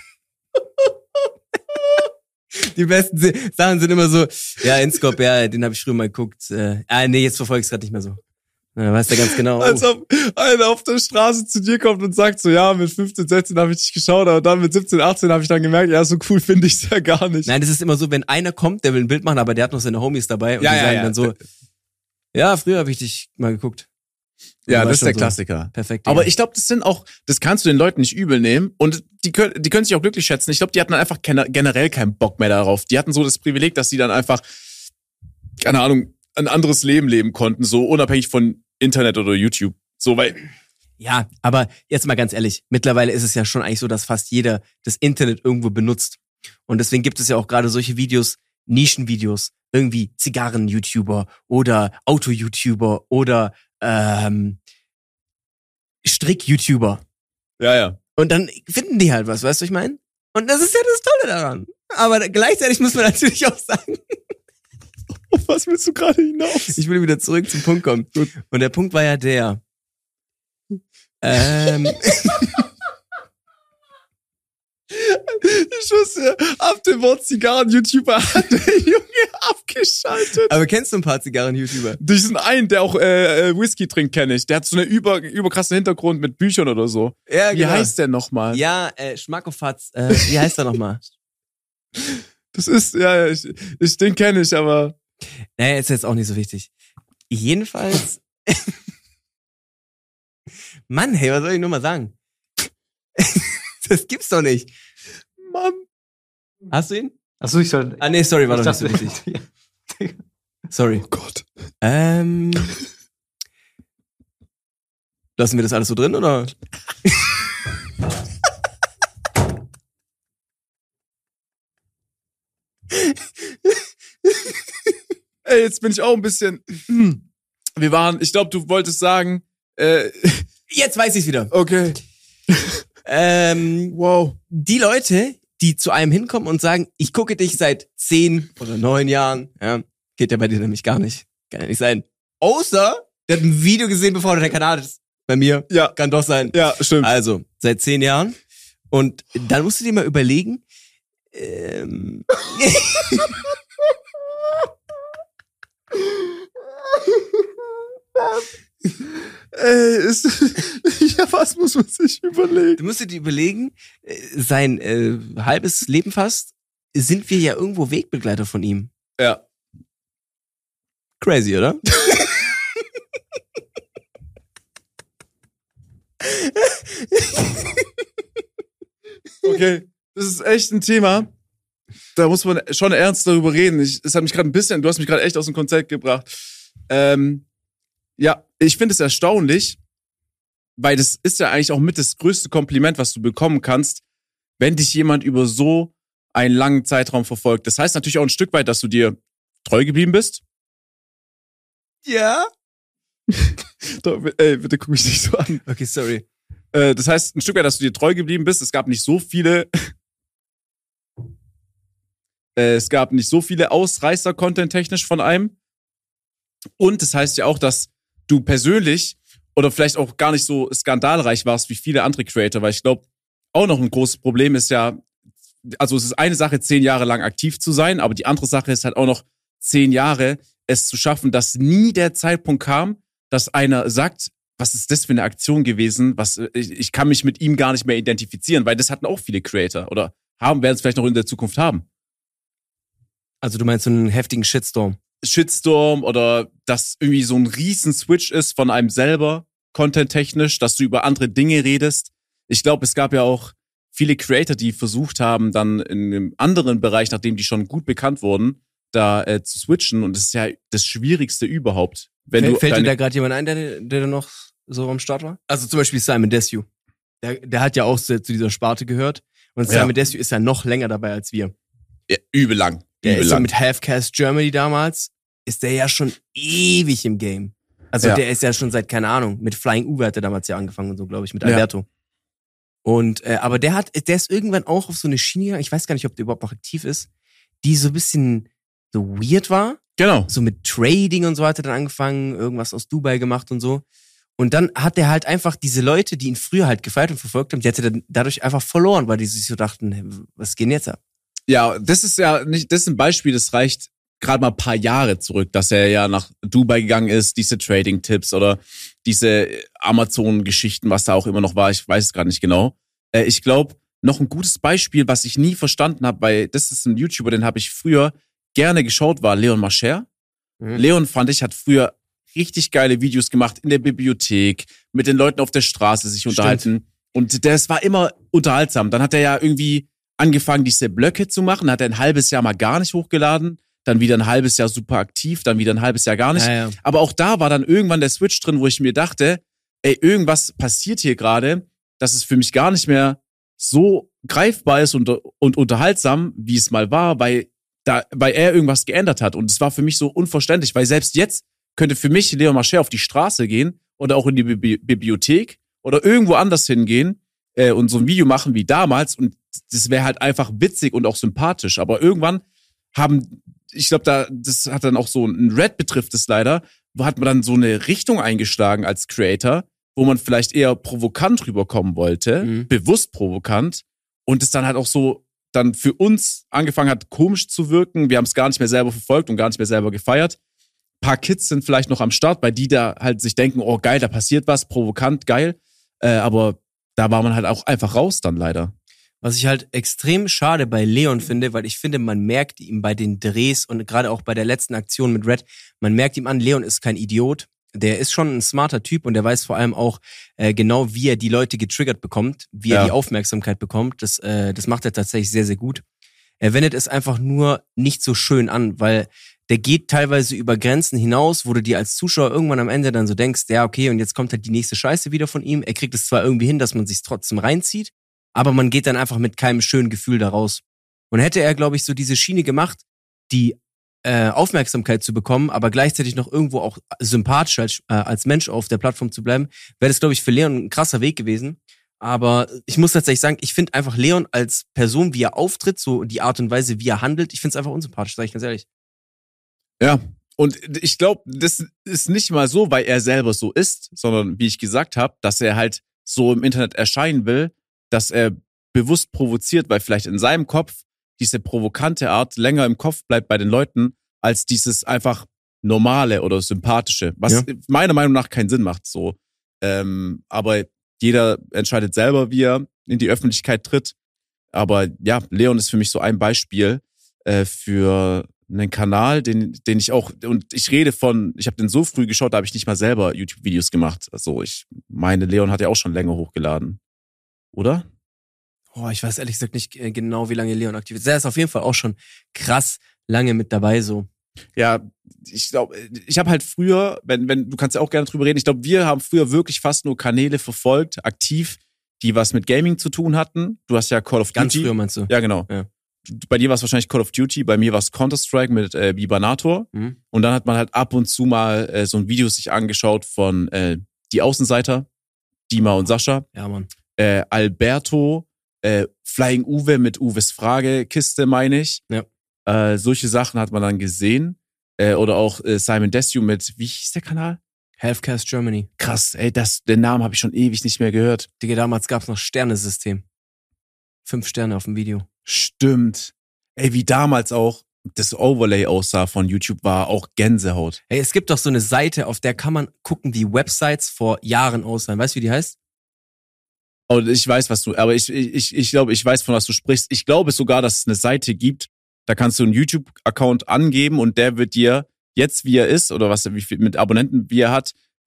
Die besten Sachen sind immer so, ja, Inscope, ja, den habe ich früher mal geguckt. Nee, jetzt verfolge ich es gerade nicht mehr so. Ja, weißt du ganz genau. Als ob einer auf der Straße zu dir kommt und sagt so, ja, mit 15, 16 habe ich dich geschaut, aber dann mit 17, 18 habe ich dann gemerkt, ja, so cool finde ich es ja gar nicht. Nein, das ist immer so, wenn einer kommt, der will ein Bild machen, aber der hat noch seine Homies dabei und die sagen dann so, ja, früher habe ich dich mal geguckt. Ja, das ist der Klassiker. Perfekt. Aber ich glaube, das kannst du den Leuten nicht übel nehmen und die können sich auch glücklich schätzen. Ich glaube, die hatten dann einfach generell keinen Bock mehr darauf. Die hatten so das Privileg, dass sie dann einfach, keine Ahnung, ein anderes Leben leben konnten, so unabhängig von Internet oder YouTube. So, weil... Ja, aber jetzt mal ganz ehrlich, mittlerweile ist es ja schon eigentlich so, dass fast jeder das Internet irgendwo benutzt. Und deswegen gibt es ja auch gerade solche Videos, Nischenvideos, irgendwie Zigarren-YouTuber oder Auto-YouTuber oder Strick-YouTuber. Ja. Und dann finden die halt was, weißt du, ich meine? Und das ist ja das Tolle daran. Aber gleichzeitig muss man natürlich auch sagen, auf was willst du gerade hinaus? Ich will wieder zurück zum Punkt kommen. Gut. Und der Punkt war ja der. Ich wusste, ab dem Wort Zigarren-YouTuber hat der Junge abgeschaltet. Aber kennst du ein paar Zigarren-YouTuber? Diesen einen, der auch Whisky trinkt, kenne ich. Der hat so einen überkrassen Hintergrund mit Büchern oder so. Ja, genau. Wie heißt der nochmal? Ja, Schmackofatz. Wie heißt der nochmal? Das ist, ja, ich den kenne ich, aber... Naja, ist jetzt auch nicht so wichtig. Jedenfalls... Mann, hey, was soll ich nur mal sagen? Das gibt's doch nicht. Mann. Hast du ihn? Achso, ich soll... Ah, nee, sorry, war doch nicht so wichtig. Sorry. Oh Gott. Lassen wir das alles so drin, oder? Ey, jetzt bin ich auch ein bisschen... ich glaube, du wolltest sagen... Jetzt weiß ich's wieder. Okay. Wow. Die Leute, die zu einem hinkommen und sagen, ich gucke dich seit 10 oder 9 Jahren, ja, geht ja bei dir nämlich gar nicht. Kann ja nicht sein. Außer, der hat ein Video gesehen, bevor du dein Kanal ist. Bei mir. Ja. Kann doch sein. Ja, stimmt. Also, seit 10 Jahren. Und dann musst du dir mal überlegen, Ja, was muss man sich überlegen? Du musst dir überlegen, sein halbes Leben fast, sind wir ja irgendwo Wegbegleiter von ihm. Ja. Crazy, oder? Okay, das ist echt ein Thema. Da muss man schon ernst darüber reden. Es hat mich gerade du hast mich gerade echt aus dem Konzept gebracht. Ja, ich finde es erstaunlich, weil das ist ja eigentlich auch mit das größte Kompliment, was du bekommen kannst, wenn dich jemand über so einen langen Zeitraum verfolgt. Das heißt natürlich auch ein Stück weit, dass du dir treu geblieben bist. Ja. Doch, ey, bitte guck mich nicht so an. Okay, sorry. Das heißt ein Stück weit, dass du dir treu geblieben bist. Es gab nicht so viele Ausreißer content-technisch von einem. Und das heißt ja auch, dass du persönlich oder vielleicht auch gar nicht so skandalreich warst wie viele andere Creator, weil ich glaube, auch noch ein großes Problem ist ja, also es ist eine Sache, 10 Jahre lang aktiv zu sein, aber die andere Sache ist halt auch noch 10 Jahre es zu schaffen, dass nie der Zeitpunkt kam, dass einer sagt, was ist das für eine Aktion gewesen, ich kann mich mit ihm gar nicht mehr identifizieren, weil das hatten auch viele Creator oder werden es vielleicht noch in der Zukunft haben. Also du meinst so einen heftigen Shitstorm oder dass irgendwie so ein riesen Switch ist von einem selber, content-technisch, dass du über andere Dinge redest. Ich glaube, es gab ja auch viele Creator, die versucht haben, dann in einem anderen Bereich, nachdem die schon gut bekannt wurden, da zu switchen. Und das ist ja das Schwierigste überhaupt. Fällt dir da gerade jemand ein, der noch so am Start war? Also zum Beispiel Simon Desue. Der hat ja auch zu dieser Sparte gehört. Und Simon Desue ist ja noch länger dabei als wir. Ja, übel lang. Der ist ja mit Halfcast Germany damals, ist der ja schon ewig im Game. Also der ist ja schon seit, keine Ahnung, mit Flying Uwe hat er damals ja angefangen und so, glaube ich, mit Alberto. Ja. Und, aber der ist irgendwann auch auf so eine Schiene gegangen, ich weiß gar nicht, ob der überhaupt noch aktiv ist, die so ein bisschen so weird war. Genau. So mit Trading und so hat er dann angefangen, irgendwas aus Dubai gemacht und so. Und dann hat er halt einfach diese Leute, die ihn früher halt gefeiert und verfolgt haben, die hat er dann dadurch einfach verloren, weil die sich so dachten, was geht denn jetzt ab? Ja, das ist ein Beispiel, das reicht gerade mal ein paar Jahre zurück, dass er ja nach Dubai gegangen ist, diese Trading-Tipps oder diese Amazon-Geschichten, was da auch immer noch war, ich weiß es gerade nicht genau. Ich glaube, noch ein gutes Beispiel, was ich nie verstanden habe, weil das ist ein YouTuber, den habe ich früher gerne geschaut, war Leon Mascher. Leon, fand ich, hat früher richtig geile Videos gemacht in der Bibliothek, mit den Leuten auf der Straße sich unterhalten. Und das war immer unterhaltsam. Dann hat er ja irgendwie angefangen, diese Blöcke zu machen, hat er ein halbes Jahr mal gar nicht hochgeladen, dann wieder ein halbes Jahr super aktiv, dann wieder ein halbes Jahr gar nicht. Ja. Aber auch da war dann irgendwann der Switch drin, wo ich mir dachte, ey, irgendwas passiert hier gerade, dass es für mich gar nicht mehr so greifbar ist und unterhaltsam, wie es mal war, weil er irgendwas geändert hat. Und es war für mich so unverständlich, weil selbst jetzt könnte für mich Leon Mascher auf die Straße gehen oder auch in die Bibliothek oder irgendwo anders hingehen und so ein Video machen wie damals und das wäre halt einfach witzig und auch sympathisch. Aber irgendwann ich glaube, das hat dann auch so, ein Red betrifft es leider, hat man dann so eine Richtung eingeschlagen als Creator, wo man vielleicht eher provokant rüberkommen wollte, bewusst provokant und es dann halt auch so dann für uns angefangen hat, komisch zu wirken. Wir haben es gar nicht mehr selber verfolgt und gar nicht mehr selber gefeiert. Ein paar Kids sind vielleicht noch am Start, weil die da halt sich denken, oh geil, da passiert was, provokant, geil. Aber da war man halt auch einfach raus dann leider. Was ich halt extrem schade bei Leon finde, weil ich finde, man merkt ihm bei den Drehs und gerade auch bei der letzten Aktion mit Red, man merkt ihm an, Leon ist kein Idiot. Der ist schon ein smarter Typ und der weiß vor allem auch genau, wie er die Leute getriggert bekommt, wie er die Aufmerksamkeit bekommt. Das macht er tatsächlich sehr, sehr gut. Er wendet es einfach nur nicht so schön an, weil der geht teilweise über Grenzen hinaus, wo du dir als Zuschauer irgendwann am Ende dann so denkst, ja okay, und jetzt kommt halt die nächste Scheiße wieder von ihm. Er kriegt es zwar irgendwie hin, dass man sich's trotzdem reinzieht, aber man geht dann einfach mit keinem schönen Gefühl da raus. Und hätte er, glaube ich, so diese Schiene gemacht, die Aufmerksamkeit zu bekommen, aber gleichzeitig noch irgendwo auch sympathisch als Mensch auf der Plattform zu bleiben, wäre das, glaube ich, für Leon ein krasser Weg gewesen. Aber ich muss tatsächlich sagen, ich finde einfach Leon als Person, wie er auftritt, so die Art und Weise, wie er handelt, ich finde es einfach unsympathisch, sage ich ganz ehrlich. Ja, und ich glaube, das ist nicht mal so, weil er selber so ist, sondern wie ich gesagt habe, dass er halt so im Internet erscheinen will, dass er bewusst provoziert, weil vielleicht in seinem Kopf diese provokante Art länger im Kopf bleibt bei den Leuten, als dieses einfach normale oder sympathische, was meiner Meinung nach keinen Sinn macht. So, aber jeder entscheidet selber, wie er in die Öffentlichkeit tritt. Aber ja, Leon ist für mich so ein Beispiel für einen Kanal, den ich auch, und ich habe den so früh geschaut, da habe ich nicht mal selber YouTube-Videos gemacht. Also ich meine, Leon hat ja auch schon länger hochgeladen. Oder? Oh, ich weiß ehrlich gesagt nicht genau, wie lange Leon aktiv ist. Er ist auf jeden Fall auch schon krass lange mit dabei so. Ja, ich glaube, ich habe halt früher, wenn du kannst ja auch gerne drüber reden, ich glaube, wir haben früher wirklich fast nur Kanäle verfolgt, aktiv, die was mit Gaming zu tun hatten. Du hast ja Call of Duty. Ganz früher meinst du? Ja, genau. Ja. Bei dir war es wahrscheinlich Call of Duty, bei mir war es Counter-Strike mit Bibanator. Und dann hat man halt ab und zu mal so ein Video sich angeschaut von Die Außenseiter, Dima und Sascha. Ja, Mann. Alberto, Flying Uwe mit Uwes Fragekiste, meine ich. Ja. Solche Sachen hat man dann gesehen. Oder auch Simon Desue mit, wie hieß der Kanal? Halfcast Germany. Krass, ey, den Namen habe ich schon ewig nicht mehr gehört. Digga, damals gab's noch Sternesystem. 5 Sterne auf dem Video. Stimmt. Ey, wie damals auch das Overlay aussah von YouTube, war auch Gänsehaut. Ey, es gibt doch so eine Seite, auf der kann man gucken, wie Websites vor Jahren aussahen. Weißt du, wie die heißt? Oh, ich weiß, aber ich glaube, ich weiß, von was du sprichst. Ich glaube sogar, dass es eine Seite gibt, da kannst du einen YouTube-Account angeben und der wird dir jetzt, wie er ist, oder wie viel mit Abonnenten, wie er hat,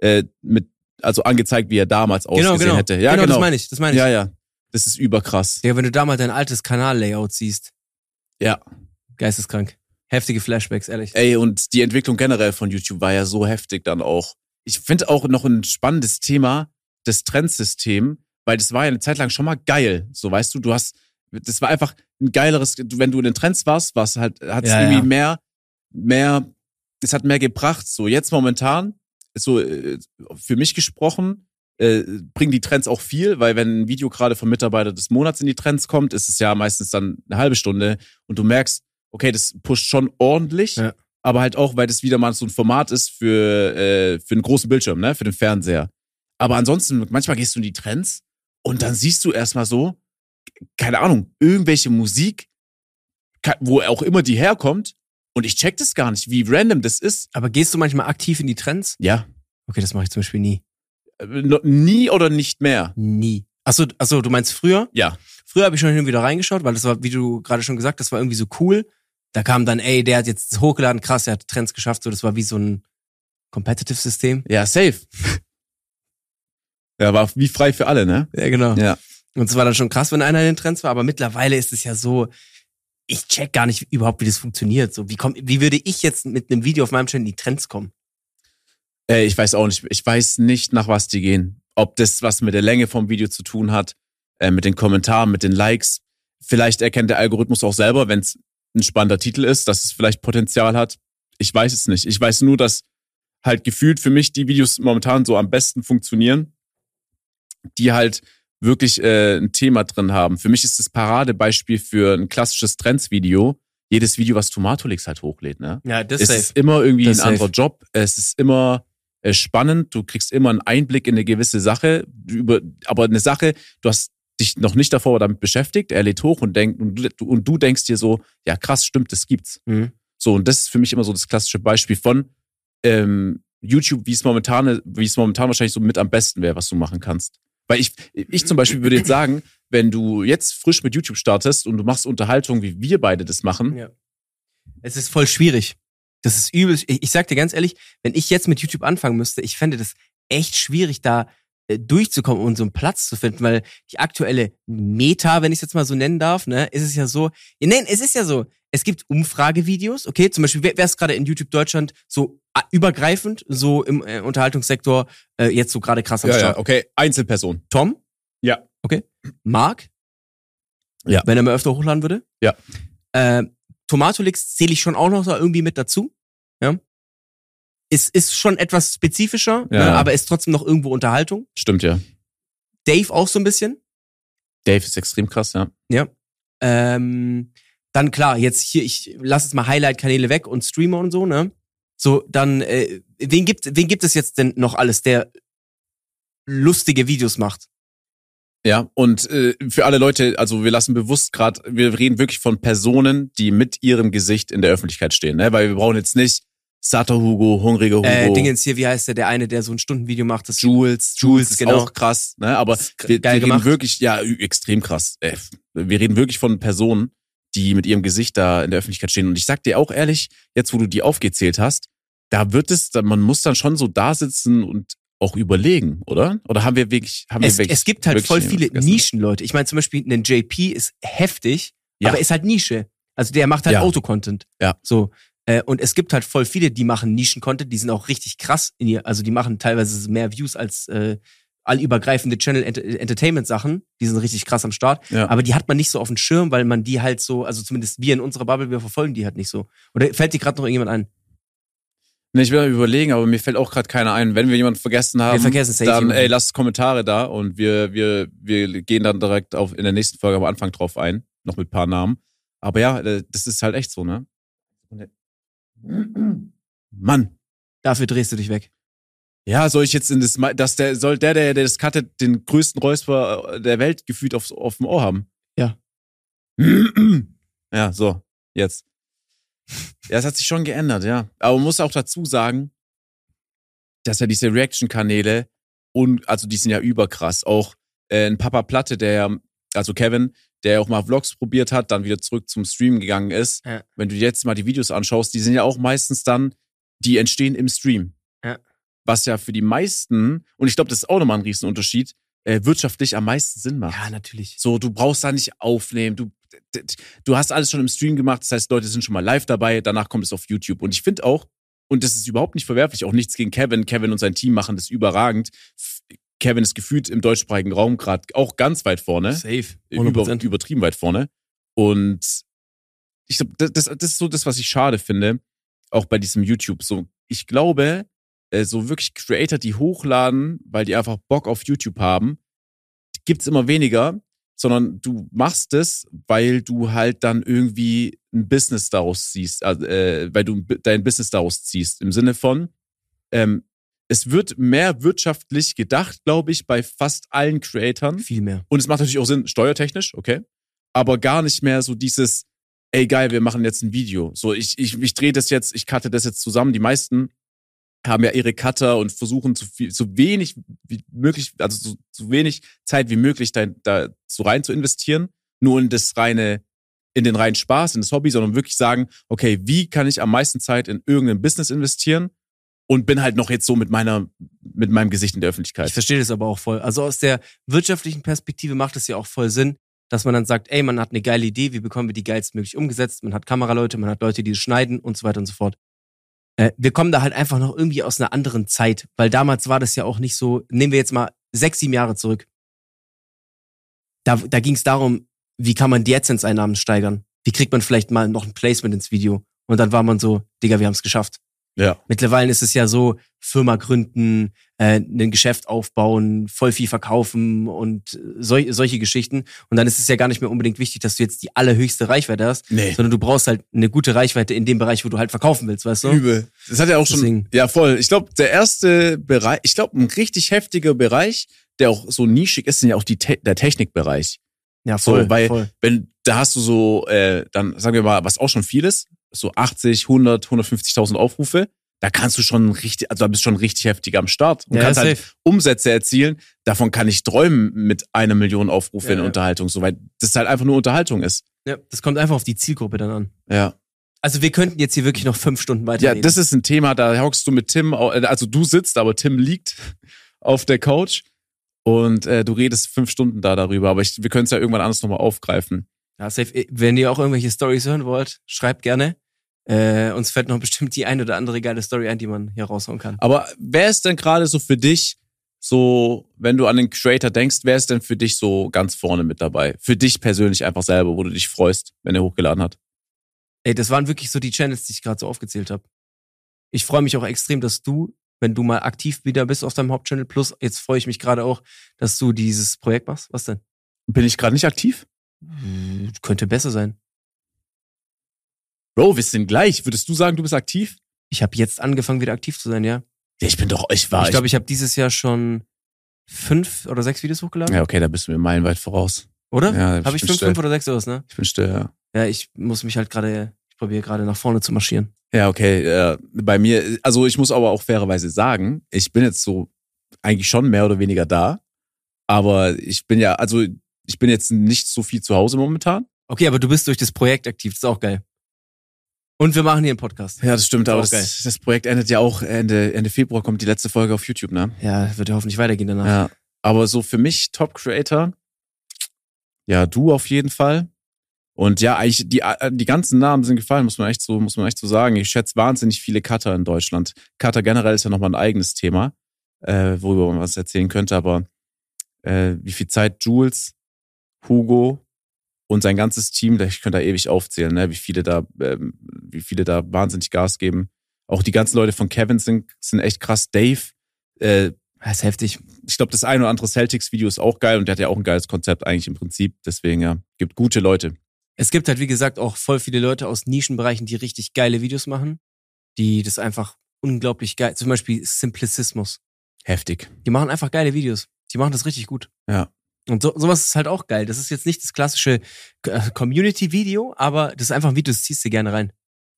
also angezeigt, wie er damals ausgesehen hätte. Ja, genau. Das meine ich. Ja. Das ist überkrass. Ja, wenn du da mal dein altes Kanal-Layout siehst. Ja. Geisteskrank. Heftige Flashbacks, ehrlich. Ey, und die Entwicklung generell von YouTube war ja so heftig dann auch. Ich finde auch noch ein spannendes Thema, das Trendsystem, weil das war ja eine Zeit lang schon mal geil. So, weißt du hast das war einfach ein geileres, wenn du in den Trends warst, hat es Ja, irgendwie mehr, es hat mehr gebracht. So jetzt momentan, so für mich gesprochen, bringen die Trends auch viel, weil wenn ein Video gerade vom Mitarbeiter des Monats in die Trends kommt, ist es ja meistens dann eine halbe Stunde und du merkst, okay, das pusht schon ordentlich, aber halt auch, weil das wieder mal so ein Format ist für einen großen Bildschirm, ne, für den Fernseher. Aber ansonsten, manchmal gehst du in die Trends und dann siehst du erstmal so, keine Ahnung, irgendwelche Musik, wo auch immer die herkommt und ich check das gar nicht, wie random das ist. Aber gehst du manchmal aktiv in die Trends? Ja. Okay, das mache ich zum Beispiel nie. Nie oder nicht mehr? Nie. Achso, du meinst früher? Ja. Früher habe ich schon hin und wieder reingeschaut, weil das war, wie du gerade schon gesagt hast, das war irgendwie so cool. Da kam dann, der hat jetzt hochgeladen, krass, der hat Trends geschafft, so das war wie so ein Competitive-System. Ja, safe. Ja, war wie frei für alle, ne? Ja, genau. Ja. Und es war dann schon krass, wenn einer in den Trends war, aber mittlerweile ist es ja so, ich check gar nicht überhaupt, wie das funktioniert. So, wie würde ich jetzt mit einem Video auf meinem Channel in die Trends kommen? Ich weiß auch nicht. Ich weiß nicht, nach was die gehen. Ob das was mit der Länge vom Video zu tun hat, mit den Kommentaren, mit den Likes. Vielleicht erkennt der Algorithmus auch selber, wenn es ein spannender Titel ist, dass es vielleicht Potenzial hat. Ich weiß es nicht. Ich weiß nur, dass halt gefühlt für mich die Videos momentan so am besten funktionieren, die halt wirklich ein Thema drin haben. Für mich ist das Paradebeispiel für ein klassisches Trends-Video jedes Video, was Tomatolix halt hochlädt. Ne? Ja, das es safe. ist immer irgendwie Das ein anderer Job. Es ist immer spannend. Du kriegst immer einen Einblick in eine gewisse Sache. Aber eine Sache, du hast dich noch nicht davor damit beschäftigt. Er lädt hoch und du denkst dir so, ja krass, stimmt, das gibt's. Mhm. So, und das ist für mich immer so das klassische Beispiel von YouTube, wie es momentan wahrscheinlich so mit am besten wäre, was du machen kannst. Weil ich zum Beispiel würde jetzt sagen, wenn du jetzt frisch mit YouTube startest und du machst Unterhaltung, wie wir beide das machen. Ja. Es ist voll schwierig. Das ist übel. Ich sag dir ganz ehrlich, wenn ich jetzt mit YouTube anfangen müsste, ich fände das echt schwierig, da durchzukommen und so einen Platz zu finden, weil die aktuelle Meta, wenn ich es jetzt mal so nennen darf, ne, ist es ja so, es ist ja so, es gibt Umfragevideos, okay, zum Beispiel, wer ist gerade in YouTube Deutschland so übergreifend, so im Unterhaltungssektor, jetzt so gerade krass am Start? Ja, okay, Einzelperson. Tom? Ja. Okay. Marc? Ja. Wenn er mal öfter hochladen würde? Ja. Tomatolix zähle ich schon auch noch da irgendwie mit dazu, ja. Ist schon etwas spezifischer, ja, ne, aber ist trotzdem noch irgendwo Unterhaltung. Stimmt, ja. Dave auch so ein bisschen. Dave ist extrem krass, ja. Ja. Dann klar, jetzt hier, ich lasse jetzt mal Highlight-Kanäle weg und Streamer und so, ne? So, dann, wen gibt es jetzt denn noch alles, der lustige Videos macht? Ja, und für alle Leute, also wir lassen bewusst gerade, wir reden wirklich von Personen, die mit ihrem Gesicht in der Öffentlichkeit stehen, ne? Weil wir brauchen jetzt nicht Sator Hugo, Hungriger Hugo. Dingens hier, wie heißt der eine, der so ein Stundenvideo macht? Das Jules ist genau. auch krass, ne? Aber wir geil reden gemacht. wirklich, ja, extrem krass. Wir reden wirklich von Personen, die mit ihrem Gesicht da in der Öffentlichkeit stehen. Und ich sag dir auch ehrlich, jetzt wo du die aufgezählt hast, man muss dann schon so da sitzen und auch überlegen, oder? Oder haben wir wirklich, es gibt halt voll viele Nischenleute. Ich meine zum Beispiel, ein JP ist heftig, aber ist halt Nische. Also der macht halt Autocontent. Ja. So. Und es gibt halt voll viele, die machen Nischen-Content, die sind auch richtig krass also die machen teilweise mehr Views als allübergreifende Channel-Entertainment-Sachen. Die sind richtig krass am Start. Ja. Aber die hat man nicht so auf dem Schirm, weil man die halt so, also zumindest wir in unserer Bubble, wir verfolgen die halt nicht so. Oder fällt dir gerade noch irgendjemand ein? Ne, ich will mal überlegen, aber mir fällt auch gerade keiner ein. Wenn wir jemanden vergessen haben, dann lasst Kommentare da und wir gehen dann direkt in der nächsten Folge am Anfang drauf ein. Noch mit ein paar Namen. Aber ja, das ist halt echt so, ne? Mann. Dafür drehst du dich weg. Ja, soll ich jetzt der das cuttet, den größten Räusper der Welt gefühlt auf dem Ohr haben? Ja. Ja, so, jetzt. Ja, es hat sich schon geändert, ja. Aber man muss auch dazu sagen, dass ja diese Reaction-Kanäle, also die sind ja überkrass. Auch ein Papa Platte, also Kevin, der auch mal Vlogs probiert hat, dann wieder zurück zum Stream gegangen ist. Ja. Wenn du jetzt mal die Videos anschaust, die sind ja auch meistens die entstehen im Stream. Ja. Was ja für die meisten, und ich glaube, das ist auch nochmal ein Riesenunterschied, wirtschaftlich am meisten Sinn macht. Ja, natürlich. So, du brauchst da nicht aufnehmen, du hast alles schon im Stream gemacht, das heißt, Leute sind schon mal live dabei, danach kommt es auf YouTube. Und ich finde auch, und das ist überhaupt nicht verwerflich, auch nichts gegen Kevin und sein Team machen das überragend. Kevin ist gefühlt im deutschsprachigen Raum gerade auch ganz weit vorne. Safe. 100%. Übertrieben weit vorne. Und ich glaube, das ist so das, was ich schade finde, auch bei diesem YouTube. So, ich glaube, so wirklich Creator, die hochladen, weil die einfach Bock auf YouTube haben, gibt's immer weniger, sondern du machst es, weil du halt dann irgendwie ein Business daraus ziehst, weil du dein Business daraus ziehst. Im Sinne von, es wird mehr wirtschaftlich gedacht, glaube ich, bei fast allen Creatoren. Viel mehr. Und es macht natürlich auch Sinn, steuertechnisch, okay, aber gar nicht mehr so dieses, ey geil, wir machen jetzt ein Video. So, ich drehe das jetzt, ich cutte das jetzt zusammen. Die meisten haben ja ihre Cutter und versuchen so wenig wie möglich, also so wenig Zeit wie möglich da so rein zu investieren, nur in den reinen Spaß, in das Hobby, sondern wirklich sagen, okay, wie kann ich am meisten Zeit in irgendein Business investieren und bin halt noch jetzt so mit meinem Gesicht in der Öffentlichkeit. Ich verstehe das aber auch voll. Also aus der wirtschaftlichen Perspektive macht es ja auch voll Sinn, dass man dann sagt, ey, man hat eine geile Idee, wie bekommen wir die geilstmöglich umgesetzt? Man hat Kameraleute, man hat Leute, die es schneiden und so weiter und so fort. Wir kommen da halt einfach noch irgendwie aus einer anderen Zeit, weil damals war das ja auch nicht so, nehmen wir jetzt mal 6, 7 Jahre zurück. Da ging es darum, wie kann man die AdSense-Einnahmen steigern? Wie kriegt man vielleicht mal noch ein Placement ins Video? Und dann war man so, Digga, wir haben es geschafft. Ja. Mittlerweile ist es ja so, Firma gründen, ein Geschäft aufbauen, voll viel verkaufen und solche Geschichten. Und dann ist es ja gar nicht mehr unbedingt wichtig, dass du jetzt die allerhöchste Reichweite hast, sondern du brauchst halt eine gute Reichweite in dem Bereich, wo du halt verkaufen willst, weißt du? Übel. Das hat ja auch Deswegen. schon, ja voll. Ich glaube, der erste Bereich, ein richtig heftiger Bereich, der auch so nischig ist, sind ja auch der Technikbereich. Ja, voll. So, weil, voll. da hast du so, dann sagen wir mal, was auch schon viel ist, so 80, 100, 150.000 Aufrufe, da kannst du schon richtig, also da bist du schon richtig heftig am Start und kannst halt Umsätze erzielen. Davon kann ich träumen mit 1 Million Aufrufe in Unterhaltung, so, weil das halt einfach nur Unterhaltung ist. Ja, das kommt einfach auf die Zielgruppe dann an. Ja. Also wir könnten jetzt hier wirklich noch 5 Stunden weiterreden. Ja, das ist ein Thema, da hockst du mit Tim, also du sitzt, aber Tim liegt auf der Couch und du redest 5 Stunden darüber, aber wir können es ja irgendwann anders nochmal aufgreifen. Ja, safe. Wenn ihr auch irgendwelche Storys hören wollt, schreibt gerne. Uns fällt noch bestimmt die ein oder andere geile Story ein, die man hier raushauen kann. Aber wer ist denn gerade so für dich, so, wenn du an den Creator denkst, wer ist denn für dich so ganz vorne mit dabei? Für dich persönlich einfach selber, wo du dich freust, wenn er hochgeladen hat? Ey, das waren wirklich so die Channels, die ich gerade so aufgezählt habe. Ich freue mich auch extrem, dass du, wenn du mal aktiv wieder bist auf deinem Hauptchannel, plus jetzt freue ich mich gerade auch, dass du dieses Projekt machst. Was denn? Bin ich gerade nicht aktiv? Könnte besser sein. Bro, wir sind gleich. Würdest du sagen, du bist aktiv? Ich habe jetzt angefangen, wieder aktiv zu sein, ja. Ja, ich glaube, ich habe dieses Jahr schon 5 oder 6 Videos hochgeladen. Ja, okay, da bist du mir meilenweit voraus. Oder? Ja, habe ich 5 oder 6 aus, ne? Ich bin still, ja. Ja, ich muss mich halt ich probiere gerade nach vorne zu marschieren. Ja, okay. Bei mir, also ich muss aber auch fairerweise sagen, ich bin jetzt so eigentlich schon mehr oder weniger da. Aber ich bin jetzt nicht so viel zu Hause momentan. Okay, aber du bist durch das Projekt aktiv, das ist auch geil. Und wir machen hier einen Podcast. Ja, das stimmt, aber das Projekt endet ja auch Ende Februar, kommt die letzte Folge auf YouTube, ne? Ja, wird ja hoffentlich weitergehen danach. Ja, aber so für mich Top Creator, ja, du auf jeden Fall. Und ja, eigentlich die ganzen Namen sind gefallen, muss man echt so sagen. Ich schätze wahnsinnig viele Cutter in Deutschland. Cutter generell ist ja nochmal ein eigenes Thema, worüber man was erzählen könnte, aber wie viel Zeit Jules, Hugo und sein ganzes Team, ich könnte da ewig aufzählen, ne, wie viele da wahnsinnig Gas geben. Auch die ganzen Leute von Kevin sind echt krass. Dave, das ist heftig. Ich glaube, das ein oder andere Celtics-Video ist auch geil und der hat ja auch ein geiles Konzept eigentlich im Prinzip. Deswegen, ja, gibt gute Leute. Es gibt halt, wie gesagt, auch voll viele Leute aus Nischenbereichen, die richtig geile Videos machen, die das einfach unglaublich geil, zum Beispiel Simplicismus. Heftig. Die machen einfach geile Videos. Die machen das richtig gut. Ja. Und sowas ist halt auch geil. Das ist jetzt nicht das klassische Community-Video, aber das ist einfach ein Video, das ziehst du gerne rein.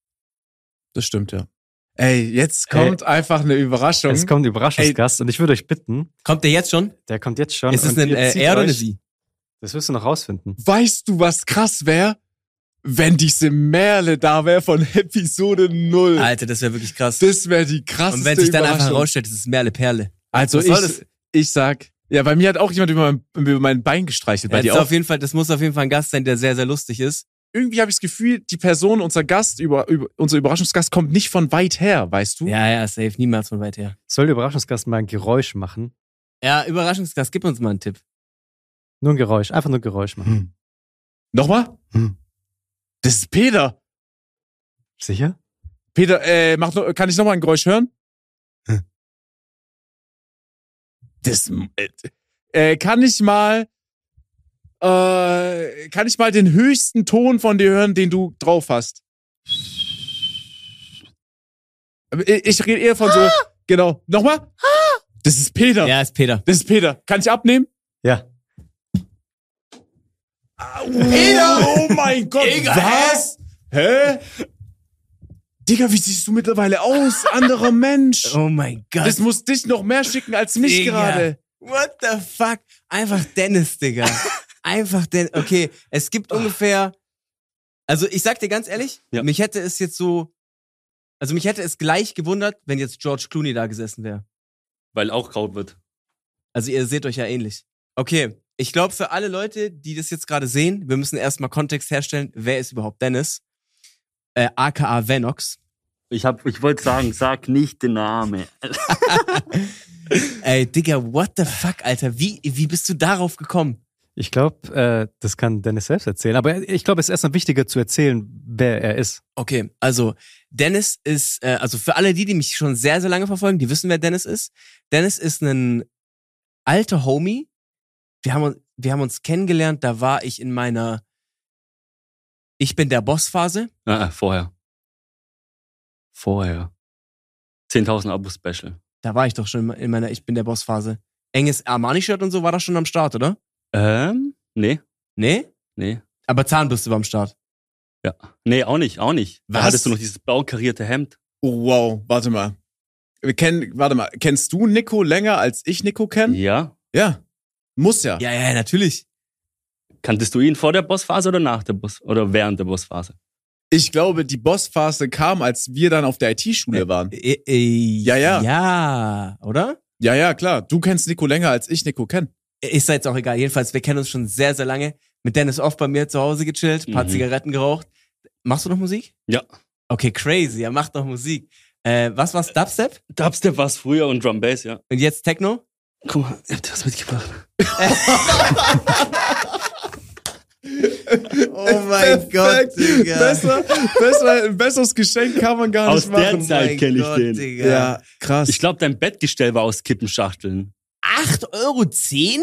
Das stimmt, ja. Ey, jetzt kommt einfach eine Überraschung. Es kommt ein Überraschungsgast und ich würde euch bitten. Kommt der jetzt schon? Der kommt jetzt schon. Ist es ein er oder eine sie? Das wirst du noch rausfinden. Weißt du, was krass wäre? Wenn diese Merle da wäre von Episode 0. Alter, das wäre wirklich krass. Das wäre die krasseste Und wenn sich dann einfach herausstellt, das ist Merle Perle. Also ich sag, ja, bei mir hat auch jemand über mein Bein gestreichelt. Bei dir auch? Das muss auf jeden Fall ein Gast sein, der sehr, sehr lustig ist. Irgendwie habe ich das Gefühl, die Person, unser Überraschungsgast kommt nicht von weit her, weißt du? Ja, safe, niemals von weit her. Soll der Überraschungsgast mal ein Geräusch machen? Ja, Überraschungsgast, gib uns mal einen Tipp. Nur ein Geräusch, einfach nur ein Geräusch machen. Nochmal? Das ist Peter. Sicher? Peter, kann ich nochmal ein Geräusch hören? Das, kann ich mal den höchsten Ton von dir hören, den du drauf hast? Ich rede eher von so, genau. Nochmal? Das ist Peter. Ja, ist Peter. Das ist Peter. Kann ich abnehmen? Ja. Peter! Oh mein Gott, Digga, was? Hä? Digga, wie siehst du mittlerweile aus? Anderer Mensch. Oh mein Gott. Das muss dich noch mehr schicken als mich Digga. gerade. What the fuck? Einfach Dennis, Digga. Einfach Dennis. Okay, es gibt ungefähr, also ich sag dir ganz ehrlich, Ja. mich hätte es gleich gewundert, wenn jetzt George Clooney da gesessen wäre. Weil auch Kraut wird. Also ihr seht euch ja ähnlich. Okay, ich glaube für alle Leute, die das jetzt gerade sehen, wir müssen erstmal Kontext herstellen, wer ist überhaupt Dennis? aka Venox. Ich wollte sagen, sag nicht den Namen. Ey, Digga, what the fuck, Alter? Wie bist du darauf gekommen? Ich glaube, das kann Dennis selbst erzählen. Aber ich glaube, es ist erstmal wichtiger zu erzählen, wer er ist. Okay, also Dennis ist, also für alle die mich schon sehr, sehr lange verfolgen, die wissen, wer Dennis ist. Dennis ist ein alter Homie. Wir haben uns kennengelernt, da war ich in meiner Ich bin der Boss-Phase. Vorher. 10.000 Abo-Special. Da war ich doch schon in meiner Ich bin der Boss-Phase. Enges Armani-Shirt und so war das schon am Start, oder? Nee. Nee? Nee. Aber Zahnbürste war am Start. Ja. Nee, auch nicht. Was? Da hattest du noch dieses blau karierte Hemd. Oh, wow, warte mal. Kennst du Nico länger als ich Nico kenne? Ja. Ja. Muss ja. Ja, natürlich. Kanntest du ihn vor der Bossphase oder nach der oder während der Bossphase? Ich glaube, die Bossphase kam, als wir dann auf der IT-Schule waren. Ja. Ja, oder? Ja, klar. Du kennst Nico länger als ich Nico kenne. Ist da jetzt auch egal. Jedenfalls, wir kennen uns schon sehr, sehr lange. Mit Dennis oft bei mir zu Hause gechillt, ein paar Zigaretten geraucht. Machst du noch Musik? Ja. Okay, crazy. Er macht noch Musik. Was war's? Dubstep? Dubstep war es früher und Drum Bass, ja. Und jetzt Techno? Guck mal, ich hab dir was mitgebracht. Oh mein Gott, Digga. Ein besseres Geschenk kann man gar Aus nicht machen. der Zeit kenne ich den. Digga. Ja, krass. Ich glaube, dein Bettgestell war aus Kippenschachteln. 8,10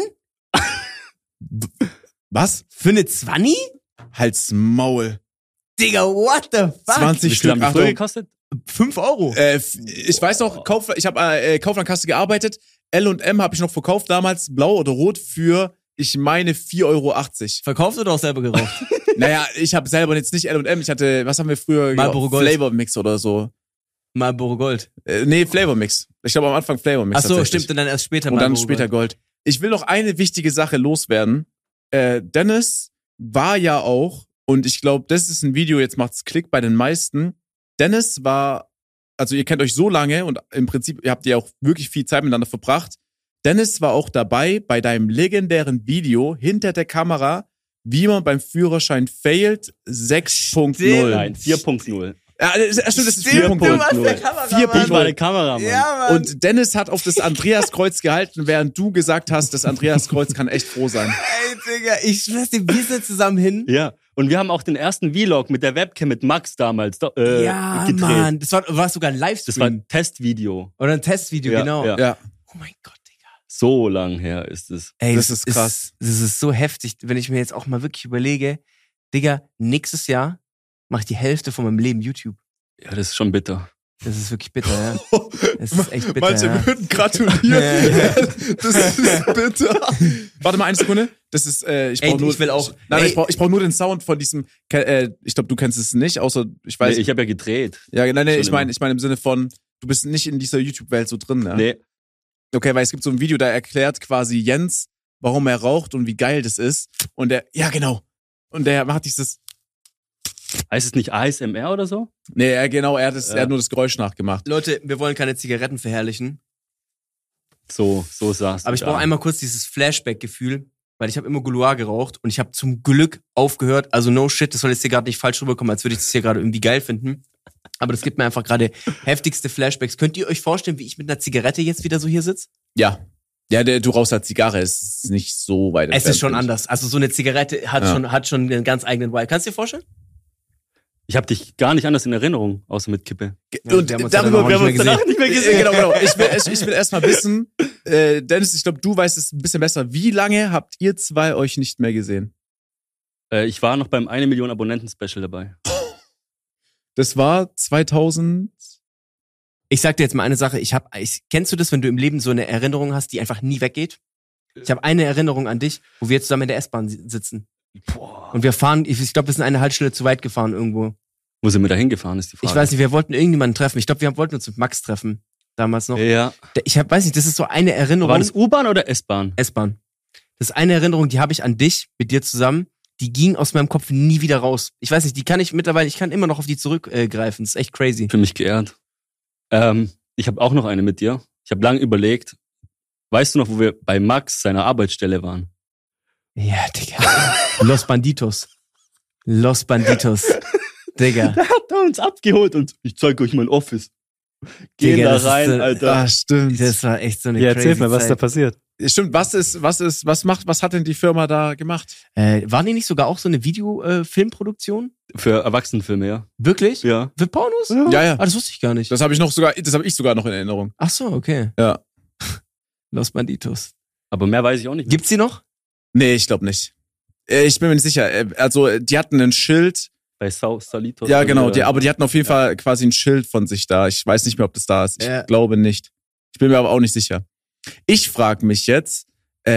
€ Was? für eine 20? Halt's Maul. Digga, what the fuck? 20 Wie viel Stück. haben die früher Achtung. gekostet? 5 €. Ich weiß noch, ich habe Kauflandkasse gearbeitet. L&M habe ich noch verkauft damals, blau oder rot, für, ich meine, 4,80 €. Verkauft oder auch selber geraucht? Naja, ich habe selber jetzt nicht L&M. Ich hatte, was haben wir früher? Marlboro Gold. Flavor Mix oder so. Marlboro Gold. Nee, Flavor Mix. Ich glaube am Anfang Flavor Mix. Ach so, tatsächlich. stimmt, und dann erst später Und dann Marlboro später Gold. Ich will noch eine wichtige Sache loswerden. Dennis war ja auch, und ich glaube, das ist ein Video, jetzt macht's Klick bei den meisten. Dennis war, also ihr kennt euch so lange und im Prinzip, ihr habt ja auch wirklich viel Zeit miteinander verbracht. Dennis war auch dabei bei deinem legendären Video hinter der Kamera, wie man beim Führerschein failt 6.0. Nein, 4.0. Ja, stimmt, das ist Stimmt, du 4.0. warst der Kameramann. Ich war der Kameramann. Ja, Mann. Und Dennis hat auf das Andreaskreuz gehalten, während du gesagt hast, das Andreaskreuz kann echt froh sein. Ey, Digga, ich schwör's dir, wir sind zusammen hin. Ja, und wir haben auch den ersten Vlog mit der Webcam mit Max damals Ja, gedreht. Mann. Das war sogar ein Das war Livestream. ein Testvideo. Oder ein Testvideo, Ja, genau. ja. Ja. Oh mein Gott, Digga. So lang her ist es. Ey, Das ist krass. Das ist so heftig, wenn ich mir jetzt auch mal wirklich überlege, Digga, nächstes Jahr mach ich die Hälfte von meinem Leben YouTube. Ja, das ist schon bitter. Das ist wirklich bitter, ja. Das ist echt bitter, Manche ja. würden gratulieren. Das ist bitter. Warte mal eine Sekunde. Das ist, ich Ey, brauche nur. ich will auch- Nein, ey. ich brauch nur den Sound von diesem. Ich glaube, du kennst es nicht, außer ich weiß. Nee, ich habe ja gedreht. Ja, nein, Schon ich meine im Sinne von, du bist nicht in dieser YouTube-Welt so drin, ne? Nee. Okay, weil es gibt so ein Video, da erklärt quasi Jens, warum er raucht und wie geil das ist. Und ja, genau. Und der macht dieses. Heißt es nicht ASMR oder so? Nee, er hat nur das Geräusch nachgemacht. Leute, wir wollen keine Zigaretten verherrlichen. So saß Aber ich brauche einmal kurz dieses Flashback-Gefühl, weil ich habe immer Gouloir geraucht und ich habe zum Glück aufgehört. Also no shit, das soll jetzt hier gerade nicht falsch rüberkommen, als würde ich das hier gerade irgendwie geil finden. Aber das gibt mir einfach gerade heftigste Flashbacks. Könnt ihr euch vorstellen, wie ich mit einer Zigarette jetzt wieder so hier sitze? Ja. Ja, du rauchst halt Zigarre, es ist nicht so weit entfernt. Es ist schon anders. Also so eine Zigarette hat schon einen ganz eigenen Vibe. Kannst du dir vorstellen? Ich habe dich gar nicht anders in Erinnerung, außer mit Kippe. Und darüber wir haben uns danach nicht mehr gesehen. Genau. Ich will erstmal wissen, Dennis, ich glaube, du weißt es ein bisschen besser. Wie lange habt ihr zwei euch nicht mehr gesehen? Ich war noch beim 1 Million Abonnenten-Special dabei. Das war 2000. Ich sag dir jetzt mal eine Sache. Kennst du das, wenn du im Leben so eine Erinnerung hast, die einfach nie weggeht? Ich habe eine Erinnerung an dich, wo wir zusammen in der S-Bahn sitzen. Boah. Und wir fahren, ich glaube, wir sind eine Haltestelle zu weit gefahren irgendwo. Wo sind wir da hingefahren, ist die Frage. Ich weiß nicht, wir wollten irgendjemanden treffen. Ich glaube, wir wollten uns mit Max treffen. Damals noch. Ja. Weiß nicht, das ist so eine Erinnerung. War das U-Bahn oder S-Bahn? S-Bahn. Das ist eine Erinnerung, die habe ich an dich, mit dir zusammen. Die ging aus meinem Kopf nie wieder raus. Ich weiß nicht, die kann ich mittlerweile, ich kann immer noch auf die zurückgreifen. Das ist echt crazy. Für mich geehrt. Ich habe auch noch eine mit dir. Ich habe lange überlegt. Weißt du noch, wo wir bei Max seiner Arbeitsstelle waren? Ja, Digga. Los Banditos. Digga. Der hat uns abgeholt und ich zeige euch mein Office. Gehen Digga, da rein, Alter. Ah, stimmt. Das war echt so eine Ja, crazy erzähl mal, was da Zeit. passiert. Stimmt, was hat denn die Firma da gemacht? Waren die nicht sogar auch so eine Filmproduktion? Für Erwachsenenfilme, ja. Wirklich? Ja. Für Pornos? Ja. Ah, das wusste ich gar nicht. Das habe ich sogar noch in Erinnerung. Ach so, okay. Ja. Los Banditos. Aber mehr weiß ich auch nicht mehr. Gibt's die noch? Nee, ich glaube nicht. Ich bin mir nicht sicher. Also, die hatten ein Schild. Bei Salitos. Ja, genau. Aber die hatten auf jeden Fall quasi ein Schild von sich da. Ich weiß nicht mehr, ob das da ist. Ich glaube nicht. Ich bin mir aber auch nicht sicher. Ich frage mich jetzt,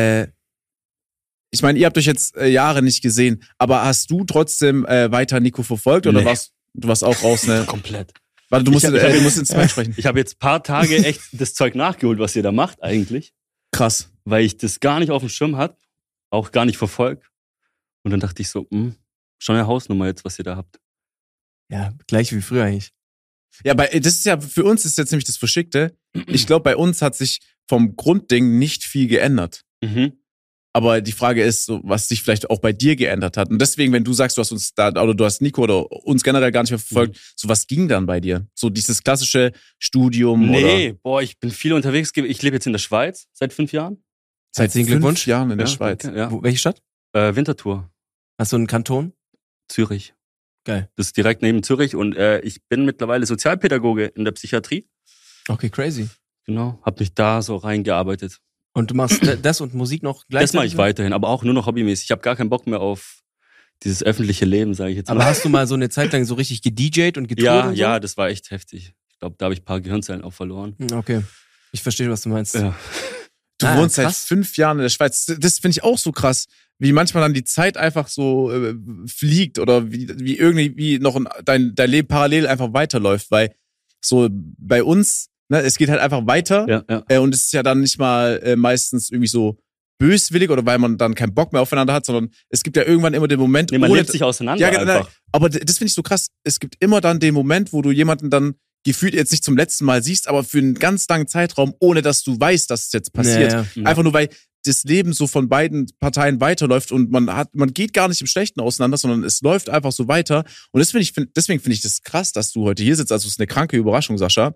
ich meine, ihr habt euch jetzt Jahre nicht gesehen, aber hast du trotzdem weiter Nico verfolgt oder Nee. du warst auch raus, ne? Komplett. Warte, du musst Ich hab ins Mic sprechen. Ich habe jetzt ein paar Tage echt das Zeug nachgeholt, was ihr da macht eigentlich. Krass. Weil ich das gar nicht auf dem Schirm hatte. Auch gar nicht verfolgt. Und dann dachte ich so, schon eine Hausnummer jetzt, was ihr da habt. Ja, gleich wie früher eigentlich. Ja, das ist ja, für uns ist jetzt nämlich das Verschickte. Ich glaube, bei uns hat sich vom Grundding nicht viel geändert. Mhm. Aber die Frage ist, so, was sich vielleicht auch bei dir geändert hat. Und deswegen, wenn du sagst, du hast uns da, oder du hast Nico oder uns generell gar nicht mehr verfolgt, so was ging dann bei dir? So dieses klassische Studium Nee, oder boah, ich bin viel unterwegs. Ich lebe jetzt in der Schweiz seit 5 Jahren. seit Herzlichen 5 Glückwunsch. Jahren in der Ja, Schweiz. danke, ja. Welche Stadt? Winterthur, Hast du einen Kanton? Zürich. Geil. Das ist direkt neben Zürich und ich bin mittlerweile Sozialpädagoge in der Psychiatrie. Okay, crazy. Genau, hab mich da so reingearbeitet. Und du machst das und Musik noch gleichzeitig? Das mache ich weiterhin, aber auch nur noch hobbymäßig. Ich habe gar keinen Bock mehr auf dieses öffentliche Leben, sage ich jetzt mal. Aber hast du mal so eine Zeit lang so richtig gedj'd und getourt ja, und so? ja, das war echt heftig. Ich glaube, da habe ich ein paar Gehirnzellen auch verloren. Okay. Ich verstehe, was du meinst. Ja. Du Ah, wohnst krass. seit 5 Jahren in der Schweiz. Das finde ich auch so krass, wie manchmal dann die Zeit einfach so fliegt oder wie irgendwie noch dein Leben parallel einfach weiterläuft, weil so bei uns, ne, es geht halt einfach weiter Ja. und es ist ja dann nicht mal meistens irgendwie so böswillig oder weil man dann keinen Bock mehr aufeinander hat, sondern es gibt ja irgendwann immer den Moment, Nee, man ohne- lebt sich auseinander ja, genau, einfach. aber das finde ich so krass. Es gibt immer dann den Moment, wo du jemanden dann gefühlt jetzt nicht zum letzten Mal siehst, aber für einen ganz langen Zeitraum, ohne dass du weißt, dass es jetzt passiert. Ja. Ja. Einfach nur, weil das Leben so von beiden Parteien weiterläuft und man geht gar nicht im Schlechten auseinander, sondern es läuft einfach so weiter. Und deswegen finde ich das krass, dass du heute hier sitzt. Also es ist eine kranke Überraschung, Sascha.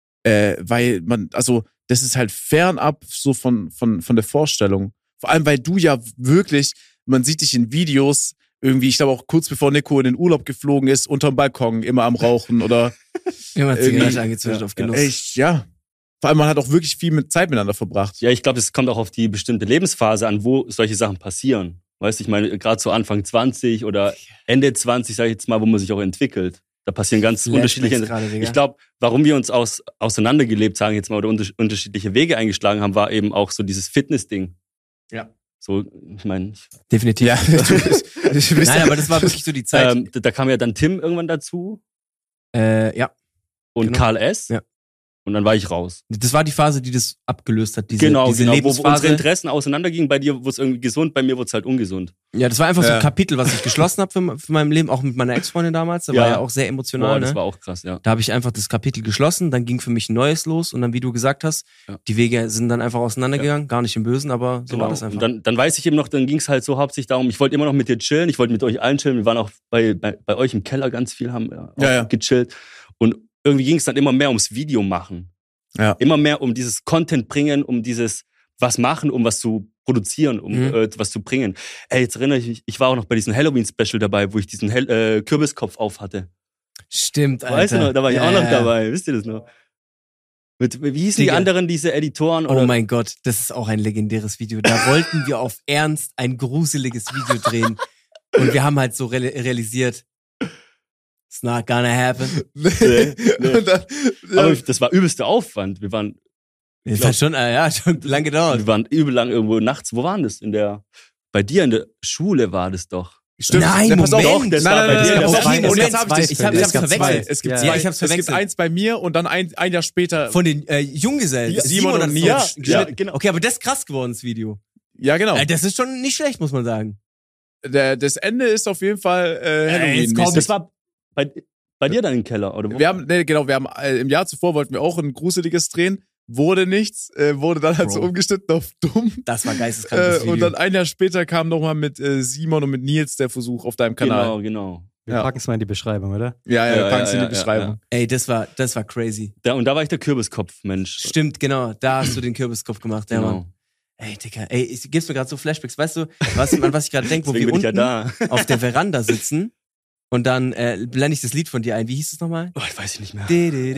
Weil das ist halt fernab so von der Vorstellung. Vor allem, weil du ja wirklich, man sieht dich in Videos irgendwie, ich glaube auch kurz bevor Nico in den Urlaub geflogen ist, unterm Balkon, immer am Rauchen oder Immer irgendwie- Zigarette angezündet auf Genuss. echt, ja. Vor allem, man hat auch wirklich viel mit Zeit miteinander verbracht. Ja, ich glaube, es kommt auch auf die bestimmte Lebensphase an, wo solche Sachen passieren. Weißt du, ich meine, gerade so Anfang 20 oder Ende 20, sage ich jetzt mal, wo man sich auch entwickelt. Da passieren ganz unterschiedliche. Gerade, Digga. Ich glaube, warum wir uns auseinandergelebt, sagen jetzt mal, oder unterschiedliche Wege eingeschlagen haben, war eben auch so dieses Fitness-Ding. Ja. So, ich meine, Definitiv. Ja, du bist Nein, aber das war wirklich so die Zeit. da kam ja dann Tim irgendwann dazu Ja. und Genau. Karl S. Ja. Und dann war ich raus. Das war die Phase, die das abgelöst hat. Diese Genau, wo unsere Lebensphase. Interessen auseinandergingen. Bei dir wurde es irgendwie gesund, bei mir wurde es halt ungesund. Ja, das war einfach so Ja. ein Kapitel, was ich geschlossen habe für mein Leben, auch mit meiner Ex-Freundin damals. Da Ja. war ja auch sehr emotional. Boah, das Ne? war auch krass, ja. Da habe ich einfach das Kapitel geschlossen, dann ging für mich ein neues los und dann, wie du gesagt hast, Ja. die Wege sind dann einfach auseinandergegangen. Gar nicht im Bösen, aber so war das einfach. Und dann weiß ich eben noch, dann ging es halt so hauptsächlich darum, ich wollte immer noch mit dir chillen, ich wollte mit euch allen chillen. Wir waren auch bei euch im Keller ganz viel, haben auch Ja. gechillt. Und irgendwie ging es dann immer mehr ums Video machen. Ja. Immer mehr um dieses Content bringen, um dieses was machen, um was zu produzieren, um was zu bringen. Ey, jetzt erinnere ich mich, ich war auch noch bei diesem Halloween-Special dabei, wo ich diesen Kürbiskopf auf hatte. Stimmt, Alter. Weißt du noch, da war ich auch noch dabei. Wisst ihr das noch? Wie hießen die anderen, diese Editoren? Oh mein Gott, das ist auch ein legendäres Video. Da wollten wir auf Ernst ein gruseliges Video drehen. Und wir haben halt so realisiert, it's not gonna happen. Nee. Und dann, Aber das war übelster Aufwand. Wir waren, Das hat schon lang gedauert. wir waren übel lang irgendwo nachts. Wo waren das? Bei dir in der Schule war das doch. Stimmt. Nein, Ja, pass auf. Moment. Doch, das Nein, war nein, bei dir. nein, Das pass war auf. bei Und dir. jetzt habe ich Ich hab's verwechselt. Es gibt Ja, zwei. ich hab's Es gibt verwechselt. eins bei mir und dann ein Jahr später. Von den Junggesellen. Ja, Simon und hat Nils. ja, Ja, genau. Okay, aber das ist krass geworden, das Video. Ja, genau. Das ist schon nicht schlecht, muss man sagen. Das Ende ist auf jeden Fall jetzt komm, Halloween-mäßig. Das war bei dir dann im Keller, oder wo? Wir haben im Jahr zuvor wollten wir auch ein gruseliges drehen. Wurde nichts, wurde dann halt so Bro. umgeschnitten auf dumm. Das war geisteskrankes Video. Und dann ein Jahr später kam nochmal mit Simon und mit Nils der Versuch auf deinem Kanal. Genau. Wir Ja. packen es mal in die Beschreibung, oder? Ja, Ja, pack's in ja, die ja, Beschreibung. Ey, das war crazy. Und da war ich der Kürbiskopf, Mensch. Stimmt, genau. Da hast du den Kürbiskopf gemacht, ja, Genau. Mann. Ey, Digga, ich gibst mir gerade so Flashbacks. Weißt du, was ich gerade denke, wo Deswegen wir bin ich ja unten da. auf der Veranda sitzen und dann blende ich das Lied von dir ein. Wie hieß es nochmal? Oh, ich weiß nicht mehr.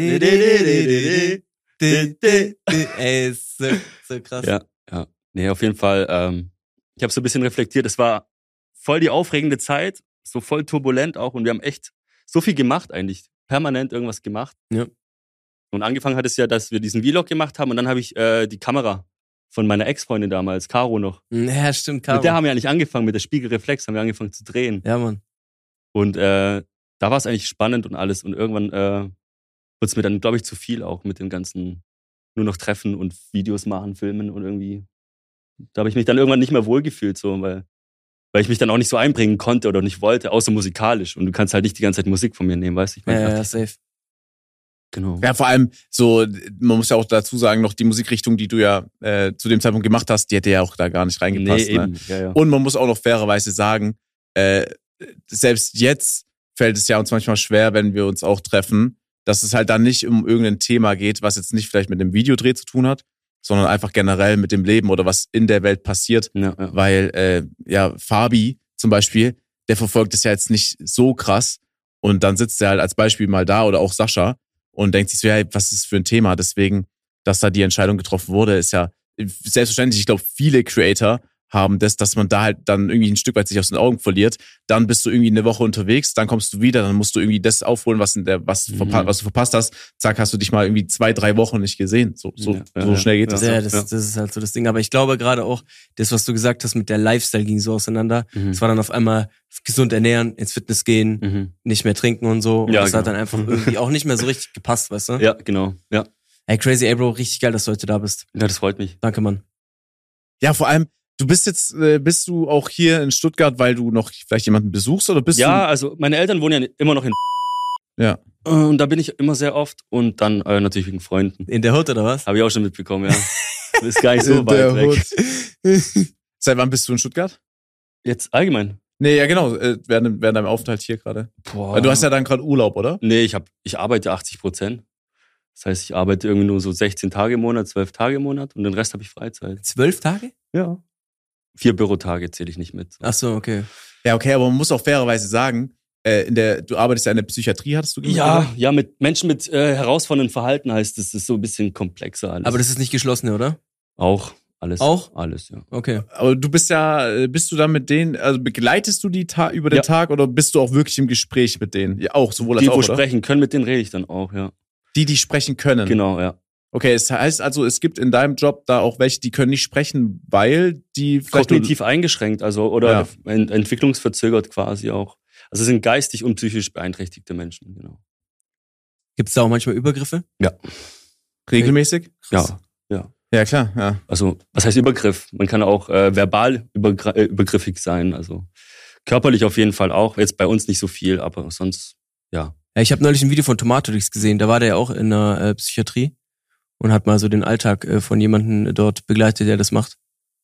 Ey, ist so krass. Ja. Nee, auf jeden Fall. Ich habe so ein bisschen reflektiert. Es war voll die aufregende Zeit, so voll turbulent auch. Und wir haben echt so viel gemacht eigentlich. Permanent irgendwas gemacht. Ja. Und angefangen hat es ja, dass wir diesen Vlog gemacht haben. Und dann habe ich die Kamera von meiner Ex-Freundin damals, Caro noch. Ja, stimmt, Caro. Mit der haben wir eigentlich angefangen, mit der Spiegelreflex haben wir angefangen zu drehen. Ja, Mann. Und da war es eigentlich spannend und alles. Und irgendwann wurde es mir dann, glaube ich, zu viel auch mit dem ganzen nur noch Treffen und Videos machen, filmen und irgendwie. Da habe ich mich dann irgendwann nicht mehr wohlgefühlt, so, weil ich mich dann auch nicht so einbringen konnte oder nicht wollte, außer musikalisch. Und du kannst halt nicht die ganze Zeit Musik von mir nehmen, weißt du? Ich meine, Ja, safe. genau. Ja, vor allem so, man muss ja auch dazu sagen, noch die Musikrichtung, die du ja zu dem Zeitpunkt gemacht hast, die hätte ja auch da gar nicht reingepasst. Nee, Ne? eben. Ja. Und man muss auch noch fairerweise sagen, selbst jetzt fällt es ja uns manchmal schwer, wenn wir uns auch treffen, dass es halt dann nicht um irgendein Thema geht, was jetzt nicht vielleicht mit dem Videodreh zu tun hat, sondern einfach generell mit dem Leben oder was in der Welt passiert. Ja. Weil Fabi zum Beispiel, der verfolgt es ja jetzt nicht so krass und dann sitzt er halt als Beispiel mal da oder auch Sascha und denkt sich so, ja, was ist das für ein Thema? Deswegen, dass da die Entscheidung getroffen wurde, ist ja selbstverständlich. Ich glaube, viele Creator haben das, dass man da halt dann irgendwie ein Stück weit sich aus den Augen verliert. Dann bist du irgendwie eine Woche unterwegs, dann kommst du wieder, dann musst du irgendwie das aufholen, was du verpasst hast. Zack, hast du dich mal irgendwie 2-3 Wochen nicht gesehen. So schnell geht das. Ja, das ist halt so das Ding. Aber ich glaube gerade auch, das, was du gesagt hast mit der Lifestyle ging so auseinander. Es war dann auf einmal gesund ernähren, ins Fitness gehen, nicht mehr trinken und so. Und Ja, das hat genau. dann einfach irgendwie auch nicht mehr so richtig gepasst, weißt du? Ja, genau. Ja. Ey, crazy, ey, Bro, richtig geil, dass du heute da bist. Ja, das freut mich. Danke, Mann. Ja, vor allem, du bist du auch hier in Stuttgart, weil du noch vielleicht jemanden besuchst oder bist Ja, also meine Eltern wohnen ja immer noch in Ja. Und da bin ich immer sehr oft und dann natürlich wegen Freunden. In der Hut, oder was? Habe ich auch schon mitbekommen, ja. Das ist gar nicht so in der weit weg. Hut? Seit wann bist du in Stuttgart? Jetzt allgemein. Nee, ja genau, während deinem Aufenthalt hier gerade. Boah. Weil du hast ja dann gerade Urlaub, oder? Nee, ich arbeite 80%. Das heißt, ich arbeite irgendwie nur so 16 Tage im Monat, 12 Tage im Monat und den Rest habe ich Freizeit. 12 Tage? Ja. 4 Bürotage zähle ich nicht mit. Ach so, okay. Ja, okay, aber man muss auch fairerweise sagen, du arbeitest ja in der Psychiatrie, hattest du gesagt? Ja, mit Menschen mit herausforderndem Verhalten heißt es, ist so ein bisschen komplexer alles. Aber das ist nicht geschlossen, oder? auch alles. Auch? Alles, ja. Okay. Aber du bist du dann mit denen, also begleitest du die über den Ja. Tag oder bist du auch wirklich im Gespräch mit denen? Ja, auch, sowohl als Die, auch, wo oder? sprechen können, mit denen rede ich dann auch, ja. Die sprechen können. Genau, ja. Okay, es heißt also, es gibt in deinem Job da auch welche, die können nicht sprechen, weil die vielleicht Kognitiv eingeschränkt, also oder Ja. entwicklungsverzögert quasi auch. Also es sind geistig und psychisch beeinträchtigte Menschen, genau. Gibt's da auch manchmal Übergriffe? regelmäßig? Ja. Ja, klar, ja. Also, was heißt Übergriff? Man kann auch verbal übergriffig sein, also körperlich auf jeden Fall auch. Jetzt bei uns nicht so viel, aber sonst, ja. Ja, ich habe neulich ein Video von Tomatolix gesehen, da war der ja auch in der Psychiatrie und hat mal so den Alltag von jemandem dort begleitet, der das macht.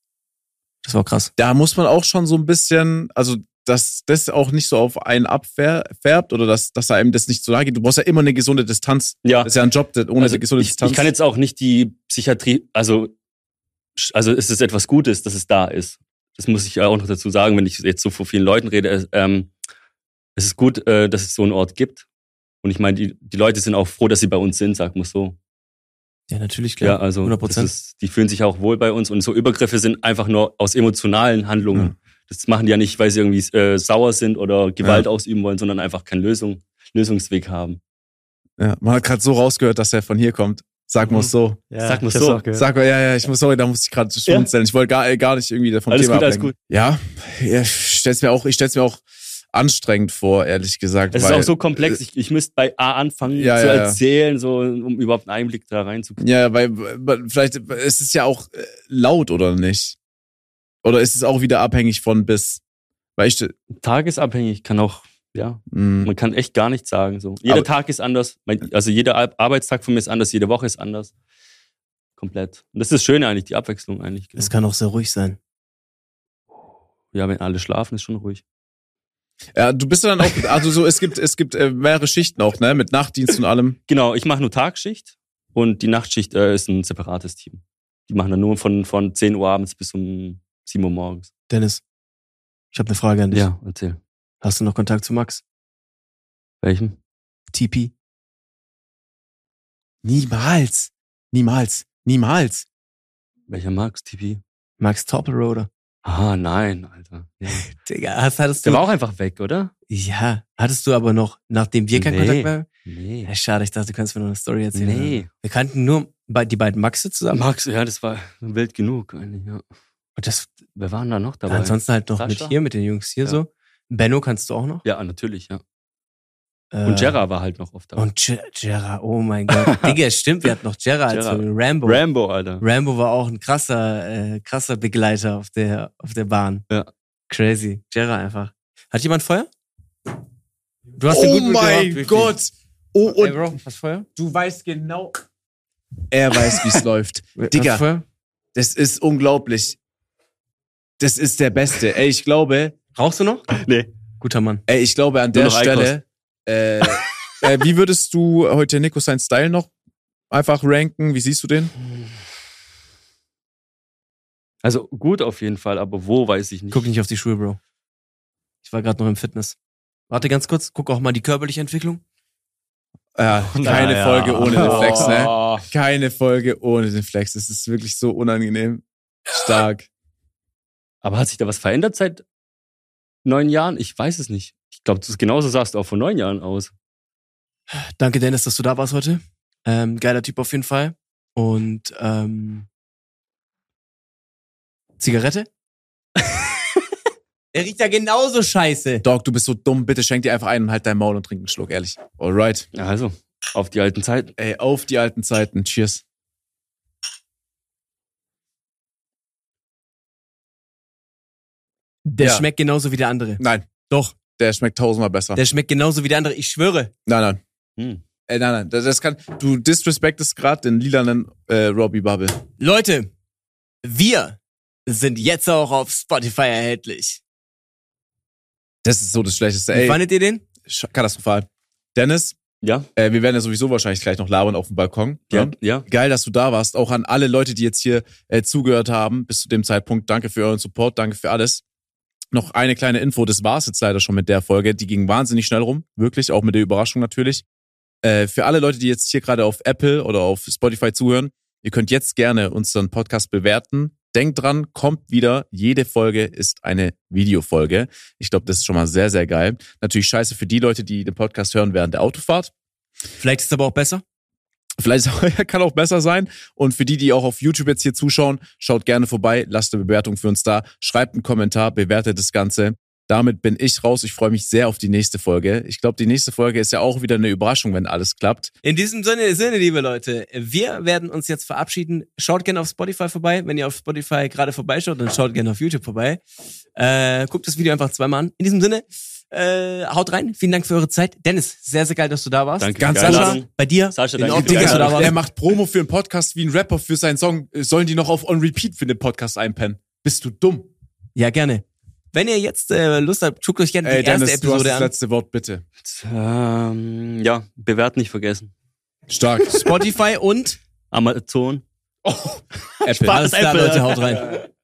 Das war krass. Da muss man auch schon so ein bisschen, also dass das auch nicht so auf einen abfärbt oder dass einem das nicht so nahe geht. Du brauchst ja immer eine gesunde Distanz. Ja. Das ist ja ein Job, ohne Also eine gesunde Distanz. ich kann jetzt auch nicht die Psychiatrie, also also es ist etwas Gutes, dass es da ist. Das muss ich auch noch dazu sagen, wenn ich jetzt so vor vielen Leuten rede. Es ist gut, dass es so einen Ort gibt. Und ich meine, die Leute sind auch froh, dass sie bei uns sind, sag mal so. Ja, natürlich, klar. Ja, also 100%. Die fühlen sich auch wohl bei uns. Und so Übergriffe sind einfach nur aus emotionalen Handlungen. Ja. Das machen die ja nicht, weil sie irgendwie sauer sind oder Gewalt ausüben wollen, sondern einfach keinen Lösungsweg haben. Ja, man hat gerade so rausgehört, dass er von hier kommt. Sag mal so. Ja, Sag mal ich hab's so. auch gehört. Sag mal, ja, sorry, da musste ich gerade schmunzeln. Ich wollte gar nicht irgendwie vom Alles Thema gut, alles ablenken. gut. Ja, ich stell's mir auch anstrengend vor, ehrlich gesagt. Es ist auch so komplex. Ich müsste bei A anfangen zu erzählen, so, um überhaupt einen Einblick da reinzukriegen. Ja, weil vielleicht ist es ja auch laut, oder nicht? Oder ist es auch wieder abhängig von bis? Tagesabhängig kann auch, ja, Mh. man kann echt gar nichts sagen. So. Jeder Aber- Tag ist anders. Also jeder Arbeitstag von mir ist anders, jede Woche ist anders. Komplett. Und das ist das Schöne eigentlich, die Abwechslung eigentlich. Genau. Es kann auch sehr ruhig sein. Ja, wenn alle schlafen, ist schon ruhig. Ja, du bist ja dann auch, also so, es gibt mehrere Schichten auch, ne, mit Nachtdienst und allem. Genau, ich mache nur Tagschicht und die Nachtschicht ist ein separates Team. Die machen dann nur von 10 Uhr abends bis um 7 Uhr morgens. Dennis, ich habe eine Frage an dich. Ja, erzähl. Hast du noch Kontakt zu Max? Welchem? TP? Niemals. Welcher Max, TP? Max Toppelroder? Ah, nein, Alter. Nee. Digga, hattest Der du... war auch einfach weg, oder? Ja, hattest du aber noch, nachdem wir keinen Nee. Kontakt mehr... Nee. Ja, schade, ich dachte, du kannst mir noch eine Story erzählen. Nee. Wir kannten nur die beiden Maxe zusammen. Max, ja, das war wild genug eigentlich, ja. Und das, Wer war denn da noch dabei? ansonsten halt noch Sascha? mit den Jungs hier Ja. so. Benno kannst du auch noch. Ja, natürlich, ja. Und Gerra war halt noch oft dabei. Und Gerra, oh mein Gott. Digga, stimmt, wir hatten noch Gerra als Gerra. Rambo. Rambo, Alter. Rambo war auch ein krasser Begleiter auf der Bahn. Ja. Crazy. Gerra einfach. Hat jemand Feuer? Du hast den Oh gut mitgemacht, mein wirklich. Gott. Oh, Ey, und Bro, hast Feuer? du weißt genau. Er weiß, wie es läuft. Hast Digga, Feuer? das ist unglaublich. Das ist der Beste. Ey, ich glaube, Rauchst du noch? Nee. Guter Mann. an Nur der noch Stelle, wie würdest du heute Nico seinen Style noch einfach ranken? Wie siehst du den? Also gut auf jeden Fall, aber wo, weiß ich nicht. Guck nicht auf die Schuhe, Bro. Ich war gerade noch im Fitness. Warte ganz kurz, guck auch mal die körperliche Entwicklung. Ja, keine Naja. Folge ohne den Flex, ne? Oh. Keine Folge ohne den Flex. Das ist wirklich so unangenehm. Stark. Aber hat sich da was verändert seit 9 Jahren? Ich weiß es nicht. Ich glaube, genauso sahst du auch vor 9 Jahren aus. Danke, Dennis, dass du da warst heute. Geiler Typ auf jeden Fall. Und Zigarette? Er riecht ja genauso scheiße. Dog, du bist so dumm. Bitte schenk dir einfach einen und halt dein Maul und trink einen Schluck, ehrlich. Alright. Ja, also, auf die alten Zeiten. Ey, auf die alten Zeiten. Cheers. Der Ja. schmeckt genauso wie der andere. Nein, Doch, der schmeckt tausendmal besser. der schmeckt genauso wie der andere. Ich schwöre. Nein. Hm. Nein. Das kann. Du disrespectest gerade den lilanen Robbie Bubble. Leute, wir sind jetzt auch auf Spotify erhältlich. Das ist so das Schlechteste. Wie Ey, fandet ihr den? katastrophal. Dennis, Ja, wir werden ja sowieso wahrscheinlich gleich noch labern auf dem Balkon. ja, ja. Geil, dass du da warst. Auch an alle Leute, die jetzt hier zugehört haben bis zu dem Zeitpunkt. Danke für euren Support, danke für alles. Noch eine kleine Info, das war's jetzt leider schon mit der Folge. Die ging wahnsinnig schnell rum, wirklich, auch mit der Überraschung natürlich. Für alle Leute, die jetzt hier gerade auf Apple oder auf Spotify zuhören, ihr könnt jetzt gerne unseren Podcast bewerten. Denkt dran, kommt wieder, jede Folge ist eine Videofolge. Ich glaube, das ist schon mal sehr, sehr geil. Natürlich scheiße für die Leute, die den Podcast hören während der Autofahrt. Vielleicht ist es aber auch besser. Vielleicht kann auch besser sein. Und für die, die auch auf YouTube jetzt hier zuschauen, schaut gerne vorbei, lasst eine Bewertung für uns da, schreibt einen Kommentar, bewertet das Ganze. Damit bin ich raus. Ich freue mich sehr auf die nächste Folge. Ich glaube, die nächste Folge ist ja auch wieder eine Überraschung, wenn alles klappt. In diesem Sinne, liebe Leute, wir werden uns jetzt verabschieden. Schaut gerne auf Spotify vorbei. Wenn ihr auf Spotify gerade vorbeischaut, dann schaut gerne auf YouTube vorbei. Guckt das Video einfach zweimal an. In diesem Sinne, haut rein. Vielen Dank für eure Zeit. Dennis, sehr, sehr geil, dass du da warst. Danke Ganz für die Sascha, Einladung. Bei dir? Sascha, in danke Ordnung, für die dass du da Einladung. warst. Er macht Promo für einen Podcast wie ein Rapper für seinen Song. Sollen die noch auf On Repeat für den Podcast einpennen? Bist du dumm? Ja, gerne. Wenn ihr jetzt Lust habt, guckt euch gerne die erste Dennis, du hast Episode das an. letzte Wort, bitte. Ja, bewerten nicht vergessen. Stark. Spotify und Amazon, Oh, Apple. Spaß, Alles klar, Apple. Leute, haut rein.